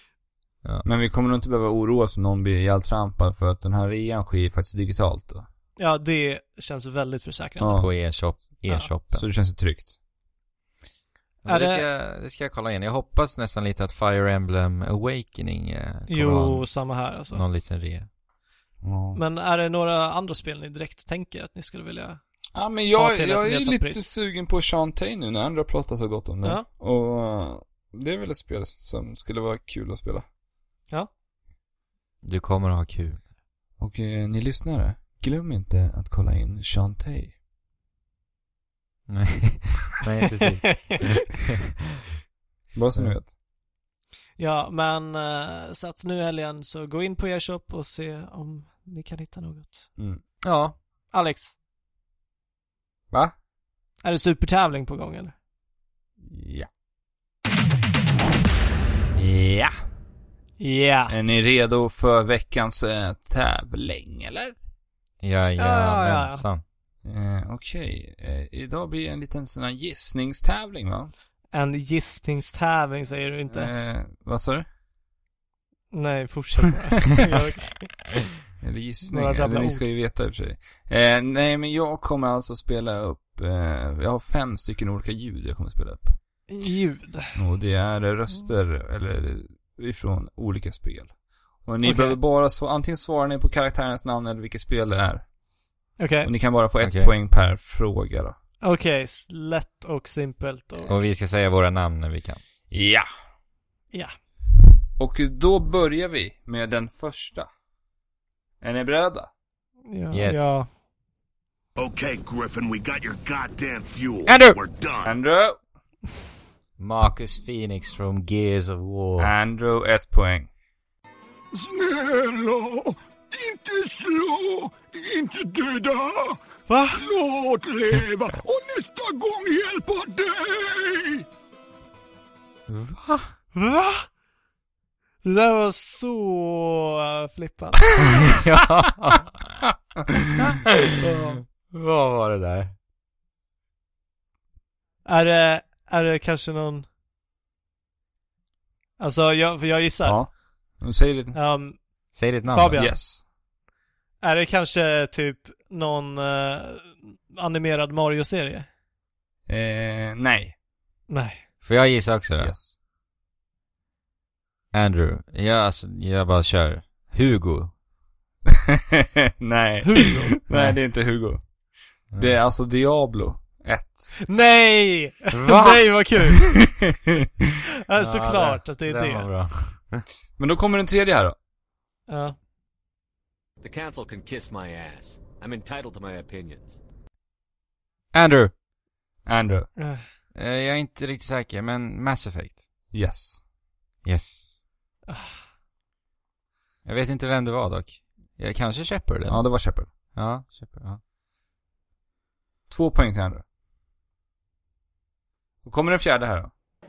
Ja. Men vi kommer nog inte behöva oroa oss om någon blir ihjältrampad för att den här rean sker faktiskt digitalt då. Ja, det känns väldigt försäkrande. Ja. På e-shop, e-shoppen. Så det känns ju tryggt. Ja, det, Är ska, det- det ska jag kolla in. Jag hoppas nästan lite att Fire Emblem Awakening eh, kommer Jo, ha samma här alltså. någon liten rea. Ja. Men är det några andra spel ni direkt tänker att ni skulle vilja... Ja, men Ha jag, till ett jag är ju nedsatt lite pris. sugen på Shantae nu när andra pratar så gott om det. Ja. Och uh, det är väl ett spel som skulle vara kul att spela. Du kommer att ha kul. Och eh, ni lyssnare, glöm inte att kolla in Shantae. Nej, Nej precis. Bara så ni vet. Ja, men uh, så att nu i helgen så gå in på er shop och se om ni kan hitta något. Mm. Ja. Alex, Va? är det supertävling på gång eller? Ja. Ja. Ja. Är ni redo för veckans eh, tävling, eller? Jajamensan. Eh, Okej, eh, idag blir det en liten sån här gissningstävling, va? En gissningstävling säger du inte. Eh, vad sa du? Nej, fortsätt bara. Jag- Eller gissning, Några eller rabbla ni ord. ska ju veta i och för sig. Eh, nej, men jag kommer alltså spela upp, eh, jag har fem stycken olika ljud jag kommer spela upp. Ljud. Och det är röster, eller ifrån olika spel. Och ni Okej. behöver bara svara, antingen svarar ni på karaktärens namn eller vilket spel det är. Okej, Och ni kan bara få ett Okej. poäng per fråga då. okej, s- lätt och simpelt och... Och vi ska säga våra namn när vi kan. Ja! Ja. Och då börjar vi med den första. Är ni beredda? Ja, Yes. ja. Okay, Griffin, we got your goddamn fuel. Andrew! We're done. Andrew! Marcus Phoenix from Gears of War. Andrew, ett poäng. Snälla, inte slå, inte döda. Va? Låt leva och nästa gång hjälpa dig. Va? Va? Det där var så uh, flippat. Ja. Vad var det där? Är det, är det kanske någon... Alltså, jag, för jag gissar. Ja. Nu säger det. Um, Säg ditt namn. Fabian. Yes. är det kanske typ någon uh, animerad Mario-serie? Eh, nej. Nej. Får jag gissa också då? Yes. Andrew. Ja, alltså, jag bara kör. Hugo. nej. Hugo? Nej, det är inte Hugo. Det är alltså Diablo ett. Nej! Va? Nej, vad kul! Ja, Ja, såklart att det är den var det. bra. Men då kommer den tredje här då. Ja. The council can kiss my ass. I'm entitled to my opinions. Andrew. Andrew. Uh, Eh, jag är inte riktigt säker, men Mass Effect. Yes. Yes. Jag vet inte vem det var dock. Jag kanske Shepard. eller? Ja, det var Shepard. Ja, Shepard, ja. Två poäng till Andrew. Då kommer den fjärde här då.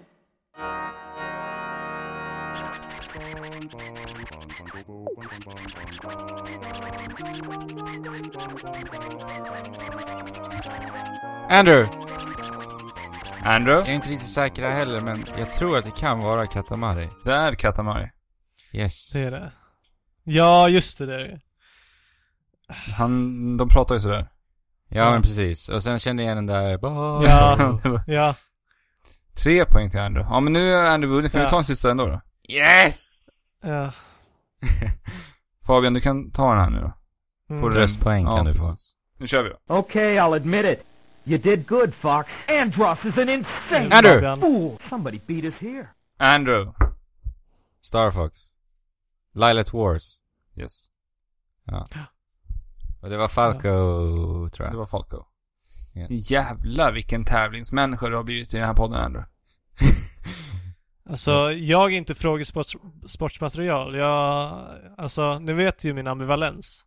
Andrew! Andrew. Jag är inte riktigt säker här heller, men jag tror att det kan vara Katamari. Det är Katamari. Yes. det är det. Ja, just det, det är det. Han, de pratar ju sådär. Ja, men precis. Och sen kände jag igen den där... Ba- Ja. Det var Ja. tre poäng till Andrew. Ja, men nu är Andrew vunnit. Kan Ja. vi ta en sista ändå då? Yes! Ja. Fabian, du kan ta den här nu då. Mm. Får du Tröstpoäng kan ja, du få. precis. Nu kör vi då. Okay, I'll admit it. You did good, Fox. Andros is an insane Andrew! Fabian. fool. Somebody beat us here. Andrew. Star Fox. Lilat Wars. Yes. Ja. Och det var Falco, tror Det jag. var Falco. Yes. Jävlar vilken tävlingsmänniska du har blivit i den här podden, Andrew. Alltså, jag är inte frågesportsmaterial. Jag... Alltså, ni vet ju min ambivalens.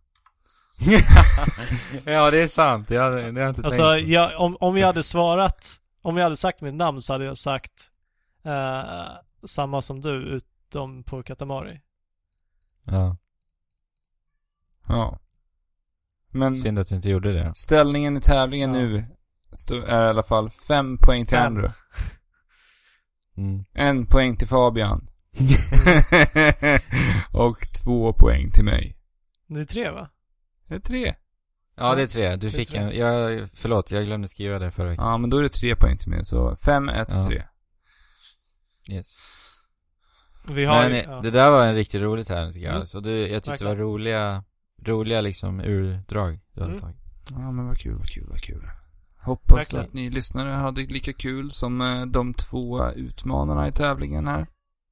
Ja, det är sant. Jag, det har jag inte Alltså, tänkt på. jag, om, om jag hade svarat... Om jag hade sagt mitt namn så hade jag sagt eh, samma som du, utom på Katamari. Ja. Ja. Men Synd att du inte gjorde det. ställningen i tävlingen Ja. nu stå, är i alla fall fem poäng till Fem. Andrew. Mm. En poäng till Fabian. Och två poäng till mig. Det är tre, va? Det är tre. Ja, det är tre. Du Det är fick tre. en... Jag, förlåt, jag glömde skriva det förra veckan. Ja, men då är det tre poäng till mig. Så fem, ett, Ja. tre. Yes. Vi har Men ju, eh, ja. det där var en riktigt rolig tävling tycker jag. Mm. Så du, jag tyckte Verkligen. det var roliga, roliga liksom urdrag du hade Mm. tagit. Ja, men vad kul, vad kul, vad kul. Hoppas Verkligen. att ni lyssnare hade lika kul som eh, de två utmanarna i tävlingen här.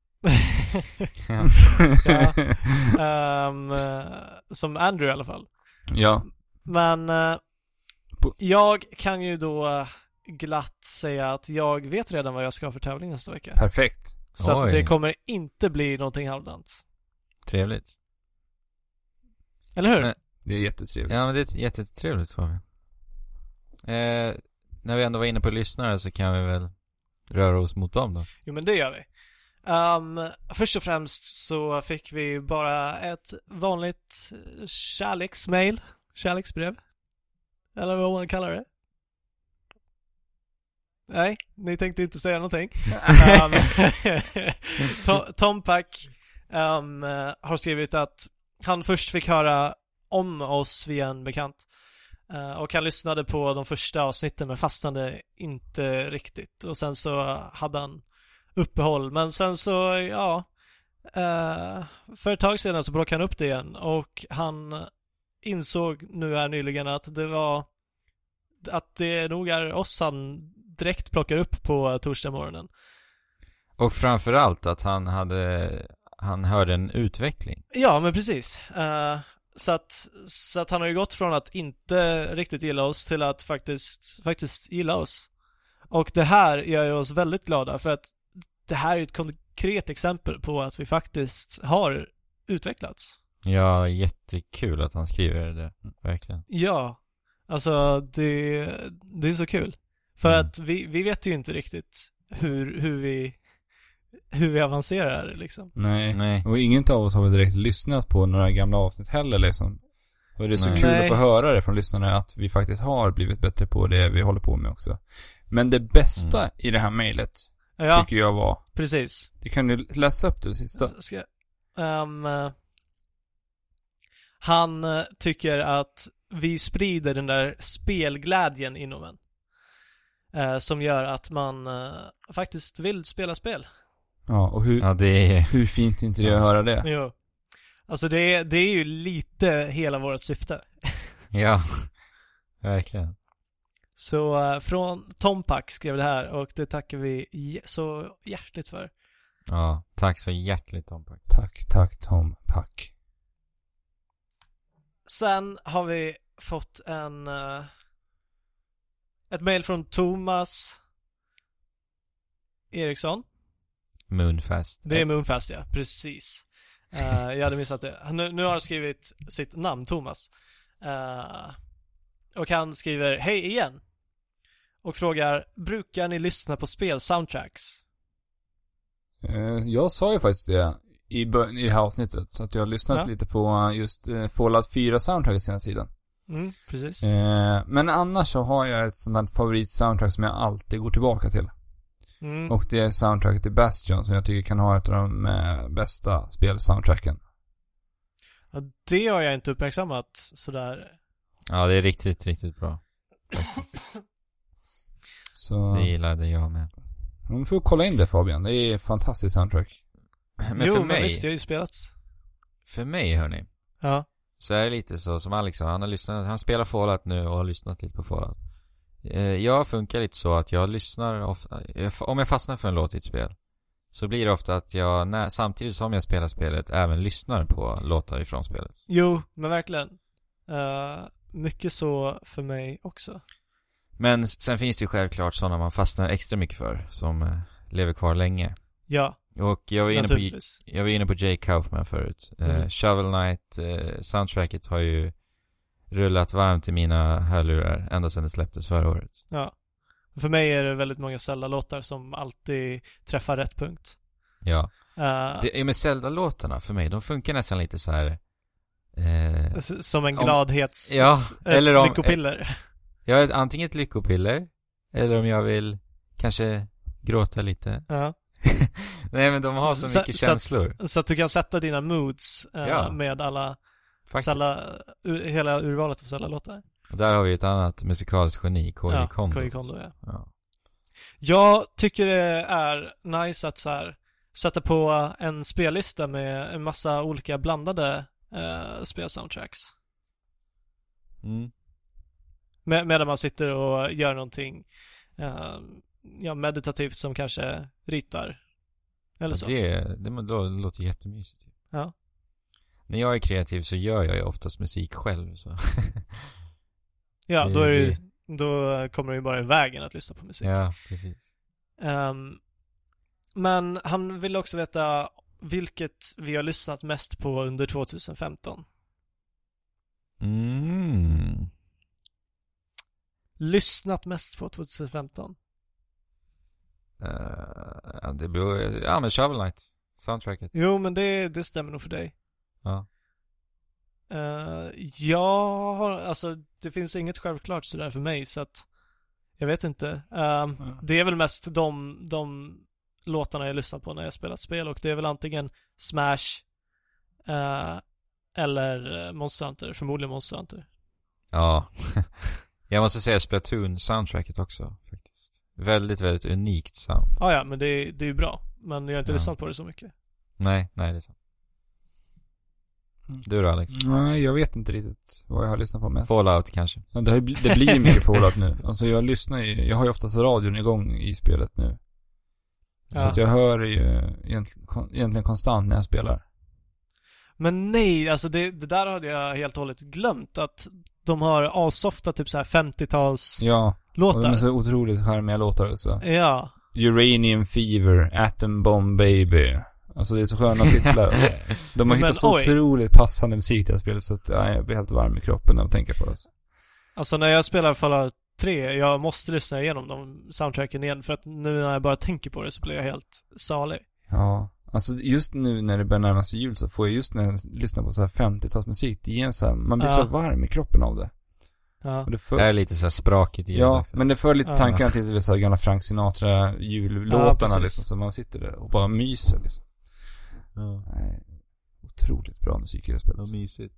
Ja. Ehm, eh, som Andrew i alla fall. Ja. Men eh, På- jag kan ju då eh, glatt säga att jag vet redan vad jag ska ha för tävling nästa vecka. Perfekt. Så att Oj. det kommer inte bli någonting halvdant. Trevligt. Eller hur? Men- Det är jättetrevligt. Ja, men det är jättetrevligt Fabian. Eh, när vi ändå var inne på lyssnare så kan vi väl röra oss mot dem då. Jo, men det gör vi. Um, först och främst så fick vi bara ett vanligt kärleksmail. Kärleksbrev. Eller vad man kallar det. Nej, ni tänkte inte säga någonting. um, To- Tom Pack um, har skrivit att han först fick höra om oss via en bekant. Uh, och han lyssnade på de första avsnitten men fastnade inte riktigt. Och sen så hade han uppehåll. Men sen så, ja, uh, för ett tag sedan så plockade han upp det igen. Och han insåg nu här nyligen att det var att det nog är oss han direkt plockar upp på torsdag morgonen. Och framförallt att han hade, han hörde en utveckling. Ja, men precis. Uh, så, att, så att han har ju gått från att inte riktigt gilla oss till att faktiskt, faktiskt gilla oss. Och det här gör ju oss väldigt glada för att det här är ett konkret exempel på att vi faktiskt har utvecklats. Ja, jättekul att han skriver det, verkligen. Ja, alltså det, det är så kul. För Mm. att vi, vi vet ju inte riktigt hur, hur vi hur vi avancerar liksom. Nej. Nej. Och ingen av oss har väl direkt lyssnat på några gamla avsnitt heller liksom. Och det är så Nej. kul Nej. att få höra det från lyssnarna att vi faktiskt har blivit bättre på det vi håller på med också. Men det bästa Mm. i det här mejlet Ja, tycker jag var, precis. det kan du läsa upp det sista. Ska, um, eh, han eh, tycker att vi sprider den där spelglädjen inom en. Eh, som gör att man eh, faktiskt vill spela spel. Ja, och hur, Ja, det är... hur fint är inte det att höra det? Jo. Alltså det, är- det är ju lite hela vårt syfte. Ja, verkligen. Så eh, från Tom Pack skrev det här och det tackar vi j- så hjärtligt för. Ja, tack så hjärtligt Tom Pack. Tack, tack Tom Pack. Sen har vi fått en eh, ett mail från Thomas Eriksson. Moonfast. Det är Moonfast, ja. Precis. Eh, jag hade missat det. Nu, nu har han skrivit sitt namn, Thomas. Eh, och han skriver hej igen. Och frågar, brukar ni lyssna på spel-soundtracks? Eh, Jag sa ju faktiskt det i, bör- i det här avsnittet. Att jag har lyssnat Ja. lite på just eh, Fallout fyra soundtracket senaste tiden. Mm, precis. Eh, men annars så har jag ett sånt där favorit-soundtrack som jag alltid går tillbaka till. Mm. Och det är soundtracket till Bastion som jag tycker kan ha ett av de eh, bästa spelsoundtracken. Ja, det har jag inte uppmärksammat sådär. Ja, det är riktigt, riktigt bra. Så Det gillade jag med. du får kolla in det Fabian. Det är ett fantastiskt soundtrack. Men jo, för men mig, visst, jag har ju spelat. för mig hörni, Ja. så är det lite så som Alex sa, han har lyssnat, han spelar Fallout nu och har lyssnat lite på Fallout. Eh, Jag funkar lite så att jag lyssnar ofta, om jag fastnar för en låt i ett spel så blir det ofta att jag, när, samtidigt som jag spelar spelet, även lyssnar på låtar ifrån spelet. Jo, men verkligen. Uh, mycket så för mig också. Men sen finns det ju självklart sådana man fastnar extra mycket för, som eh, lever kvar länge. Ja, Och jag var inne på, naturligtvis. jag var inne på Jay Kaufman förut. Eh, Mm. Shovel Knight eh, soundtracket har ju rullat varmt i mina hörlurar ända sedan det släpptes förra året. Ja. För mig är det väldigt många Zelda-låtar som alltid träffar rätt punkt. Ja. Uh, Det är med Zelda-låtarna för mig, de funkar nästan lite så här. Eh, s- som en om- gladhets... ja, ett eller om lyckopiller. jag har antingen ett lyckopiller eller om jag vill kanske gråta lite. Ja. Nej, men de har så, Så- mycket så att- känslor. Så att du kan sätta dina moods eh, Ja. med alla Faktiskt. Zelda, ur, hela urvalet av Zelda-låtar. Och där har vi ett annat musikaliskt geni, Koji Ja, Kondo. Koji Kondo, ja. Ja. Jag tycker det är nice att så här, sätta på en spellista med en massa olika blandade uh, spelsoundtracks. Mm. Med, medan man sitter och gör någonting uh, ja, meditativt som kanske ritar. Eller Ja, så. det, det, det låter jättemysigt. Ja. När jag är kreativ så gör jag ju oftast musik själv. Så. Ja, Det- då, är det, det- då kommer det ju bara i vägen att lyssna på musik. Ja, precis. Um, men han ville också veta vilket vi har lyssnat mest på under tjugohundrafemton. Mm. Lyssnat mest på tjugohundrafemton? Uh, ja, det beror... Ja, men Shovel Knight. Soundtracket. Jo, men det, det stämmer nog för dig. Ja. Uh, jag har, alltså det finns inget självklart sådär för mig, så att jag vet inte. Um, Ja. Det är väl mest de, de låtarna jag lyssnar på när jag spelar spel, och det är väl antingen Smash uh, eller Monster Hunter, förmodligen Monster Hunter. Ja. Jag måste säga Splatoon soundtracket också, faktiskt. Väldigt, väldigt unikt sound. Ah, ja, men det, det är ju bra. Men jag har inte Ja. lyssnat på det så mycket. Nej, nej, det är sant. Du då, Alex? Nej, jag vet inte riktigt vad jag har lyssnat på mest. Fallout kanske? Ja, det, har, ju bli- det blir ju mycket Fallout nu. Alltså jag lyssnar ju, jag har ju oftast radion igång i spelet nu. Så Ja. att jag hör ju egentligen, kon- egentligen konstant när jag spelar. Men nej, alltså det, det där hade jag helt och hållet glömt. Att de har avsoftat typ så här femtio-tals Ja, och låtar. de är så otroligt charmiga låtar också. Ja. Uranium Fever, Atom Bomb Baby. Alltså det är så sköna titlar. De har Men hittat så oj. otroligt passande musik till det här spelet, så att ja, jag blir helt varm i kroppen av att tänka på det. Alltså när jag spelar Fallout tre, jag måste lyssna igenom de soundtracken igen, för att nu när jag bara tänker på det så blir jag helt salig. Ja, alltså just nu när det börjar närma sig jul så får jag just när jag lyssnar på så här femtio-tals musik, det ger en så här, man blir Ja. så varm i kroppen av det. Ja. Och det för, Det är lite så här sprakigt i det ja, också. men det för lite Ja. tankarna till så här gamla Frank Sinatra Ja, jullåtarna precis. liksom, så man sitter där och bara myser liksom. Ja, Nej, otroligt bra musik i det spelet. vad mysigt.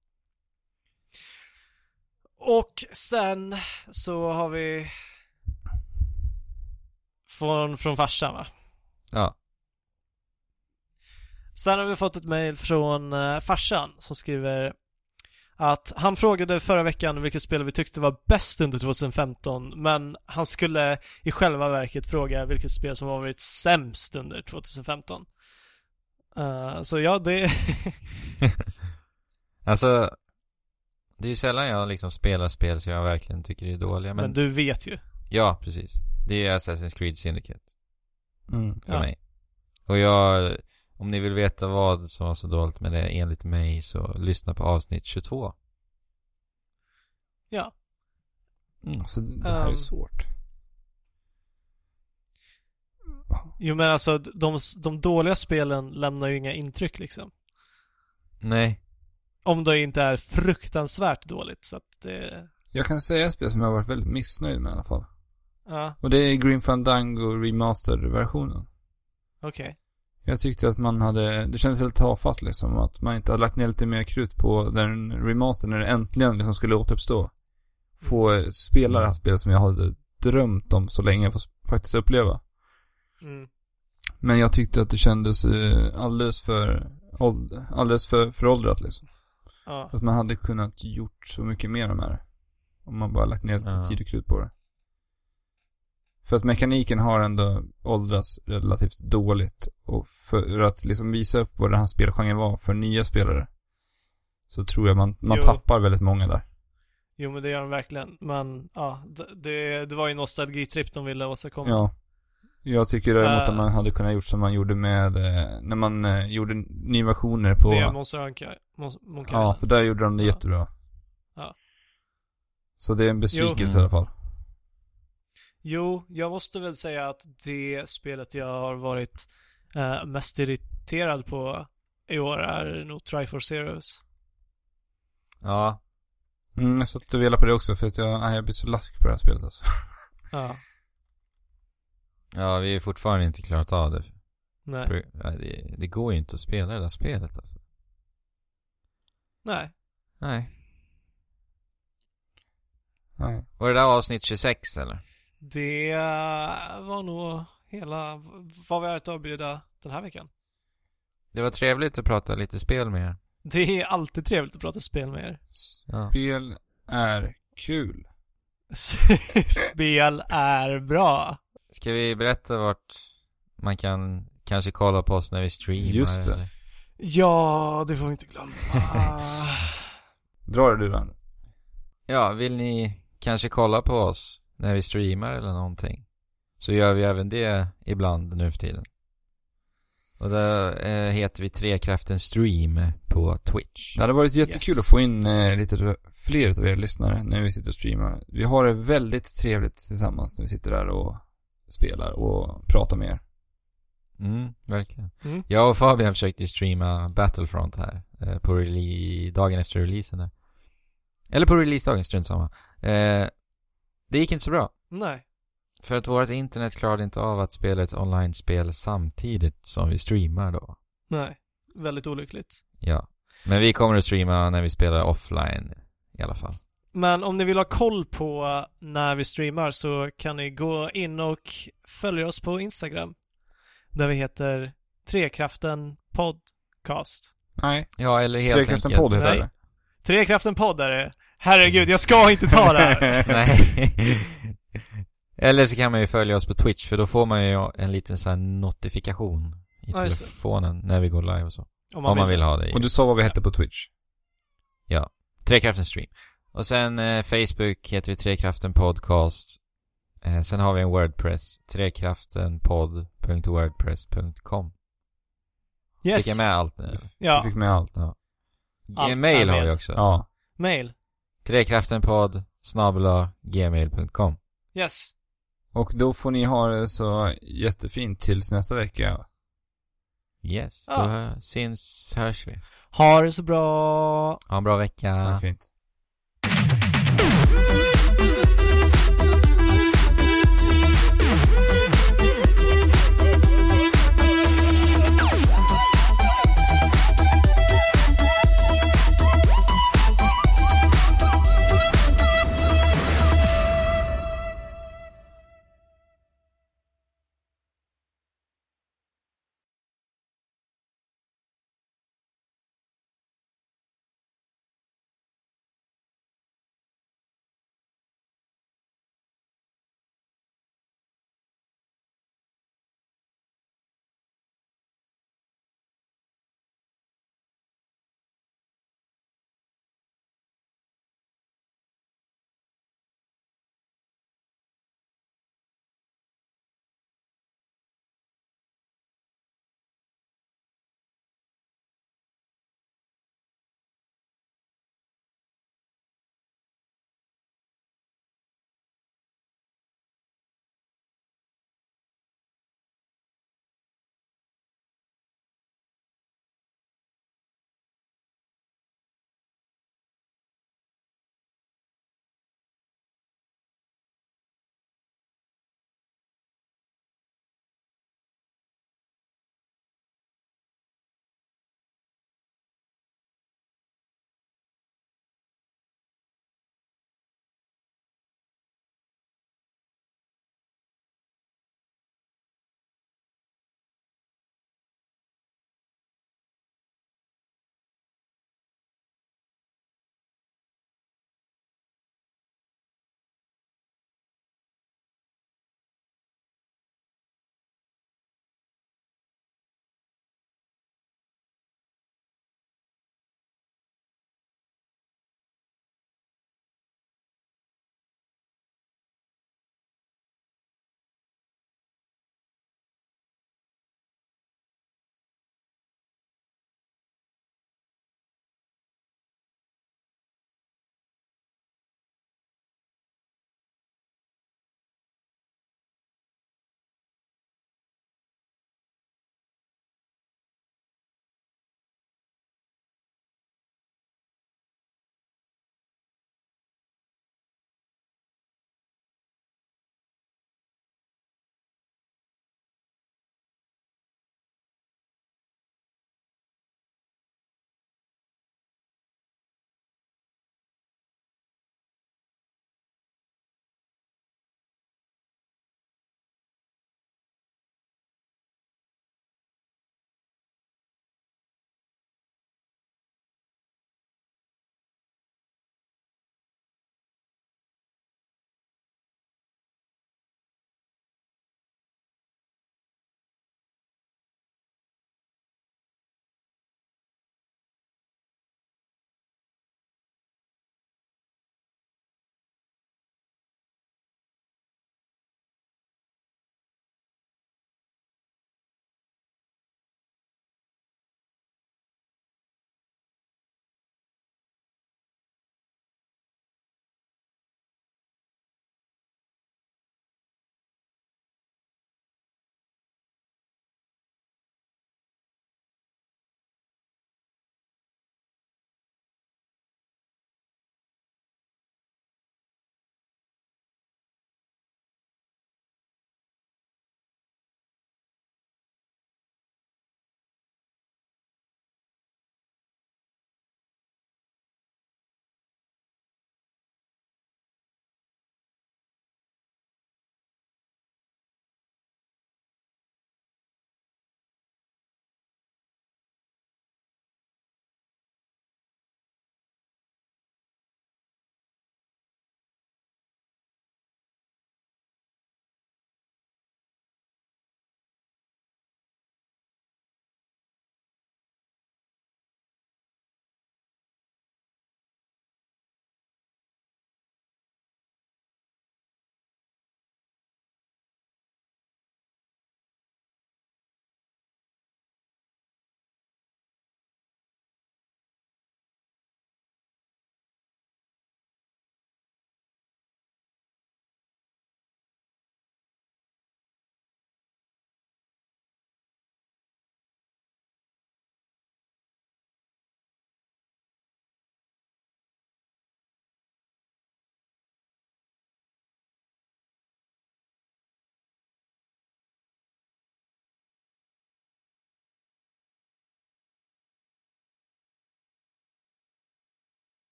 Och sen så har vi från, från farsan, va? Ja. Sen har vi fått ett mejl från uh, farsan som skriver att han frågade förra veckan vilket spel vi tyckte var bäst under tjugohundrafemton, men han skulle i själva verket fråga vilket spel som har varit sämst under tjugohundrafemton. Uh, så ja, det... Alltså, det är ju sällan jag liksom spelar spel så jag verkligen tycker det är dåliga. Men, men du vet ju. ja, precis. Det är Assassin's Creed Syndicate Mm. för Ja. mig. Och jag, om ni vill veta vad som var så dåligt med det enligt mig, så lyssna på avsnitt tjugotvå. Ja. Mm. Så det här är Um, svårt. Jo, men alltså de, de dåliga spelen lämnar ju inga intryck liksom. Nej. Om det inte är fruktansvärt dåligt, så att det... Jag kan säga ett spel som jag har varit väldigt missnöjd med i alla fall. Ja, Och det är Grim Fandango Remastered-versionen. okej. Jag tyckte att man hade, det känns väldigt tafatt liksom, att man inte hade lagt ner lite mer krut på den remaster när det äntligen liksom skulle återuppstå. Få spela det här spelet som jag hade drömt om så länge, för att faktiskt uppleva. Mm. Men jag tyckte att det kändes eh, alldeles för åld- alldeles för föråldrat liksom. Ja. Att man hade kunnat gjort så mycket mer med det. Om man bara lagt ner lite Ja. tid och krut på det. För att mekaniken har ändå åldrats relativt dåligt. Och för att liksom visa upp vad den här spelgenren var för nya spelare, så tror jag man, man Jo. tappar väldigt många där. Jo, men det gör de verkligen. Men ja, d- det, det var ju nostalgitripp de ville åstadkomma. Ja. Jag tycker däremot Äh. att man hade kunnat gjort som man gjorde med eh, när man eh, gjorde nya versioner på... Det är Monster Hunter. Monster Hunter. Ja, för där gjorde de det Ja. jättebra. Ja. Så det är en besvikelse Jo. i alla fall. Jo, jag måste väl säga att det spelet jag har varit eh, mest irriterad på i år är nog Triforce Heroes. Ja. Mm, jag satt och velade på det också för att jag, nej, jag blir så lack på det här spelet alltså. Ja, Ja, vi är fortfarande inte klarat av det. nej. Ja, det. Det går ju inte att spela det där spelet alltså. Nej. Nej. Nej. Var det där avsnitt tjugosex eller? Det var nog hela vad vi har att erbjuda den här veckan. Det var trevligt att prata lite spel med er. Det är alltid trevligt att prata spel med er. Spel är kul. Spel är bra. Ska vi berätta vart man kan kanske kolla på oss när vi streamar? Just det. Eller? Ja, det får vi inte glömma. Drar du den? Ja, vill ni kanske kolla på oss när vi streamar eller någonting, så gör vi även det ibland nu för tiden. Och där eh, heter vi Trekraften Stream på Twitch. Det hade varit jättekul Yes. att få in eh, lite fler av er lyssnare när vi sitter och streamar. Vi har det väldigt trevligt tillsammans när vi sitter där och spelar och pratar med er. Mm, verkligen. Mm. Jag och Fabian försökte streama Battlefront här eh, på rele- dagen efter releasen där. Eller på releasedagen, strunt samma. Eh, det gick inte så bra. Nej. För att vårt internet klarade inte av att spela ett online-spel samtidigt som vi streamar då. Nej. Väldigt olyckligt. Ja. Men vi kommer att streama när vi spelar offline i alla fall. Men om ni vill ha koll på när vi streamar så kan ni gå in och följa oss på Instagram. Där vi heter Trekraften Podcast. Nej. Ja, eller helt Trekraften enkelt. podd heter Nej. det. Trekraften Podd är det. Herregud, jag ska inte ta det här. Nej. Eller så kan man ju följa oss på Twitch, för då får man ju en liten sån här notifikation i Ja, just det. telefonen när vi går live och så. Om Om man vill ha det. Och du sa vad vi hette på Twitch. Ja. Trekraften Stream. Och sen eh, Facebook heter vi Trekraften Podcast. Eh, sen har vi en WordPress. trekraftenpodd punkt wordpress punkt com. Yes. Fick jag med allt nu? Ja. Du fick med allt. Ja. Allt Gmail är har vi med. också. Ja. Mail. trekraftenpodd snabel-a gmail punkt com. Yes. Och då får ni ha det så jättefint tills nästa vecka. Yes. Ja. Då syns, hörs vi. Ha det så bra. Ha en bra vecka. Ja, fint.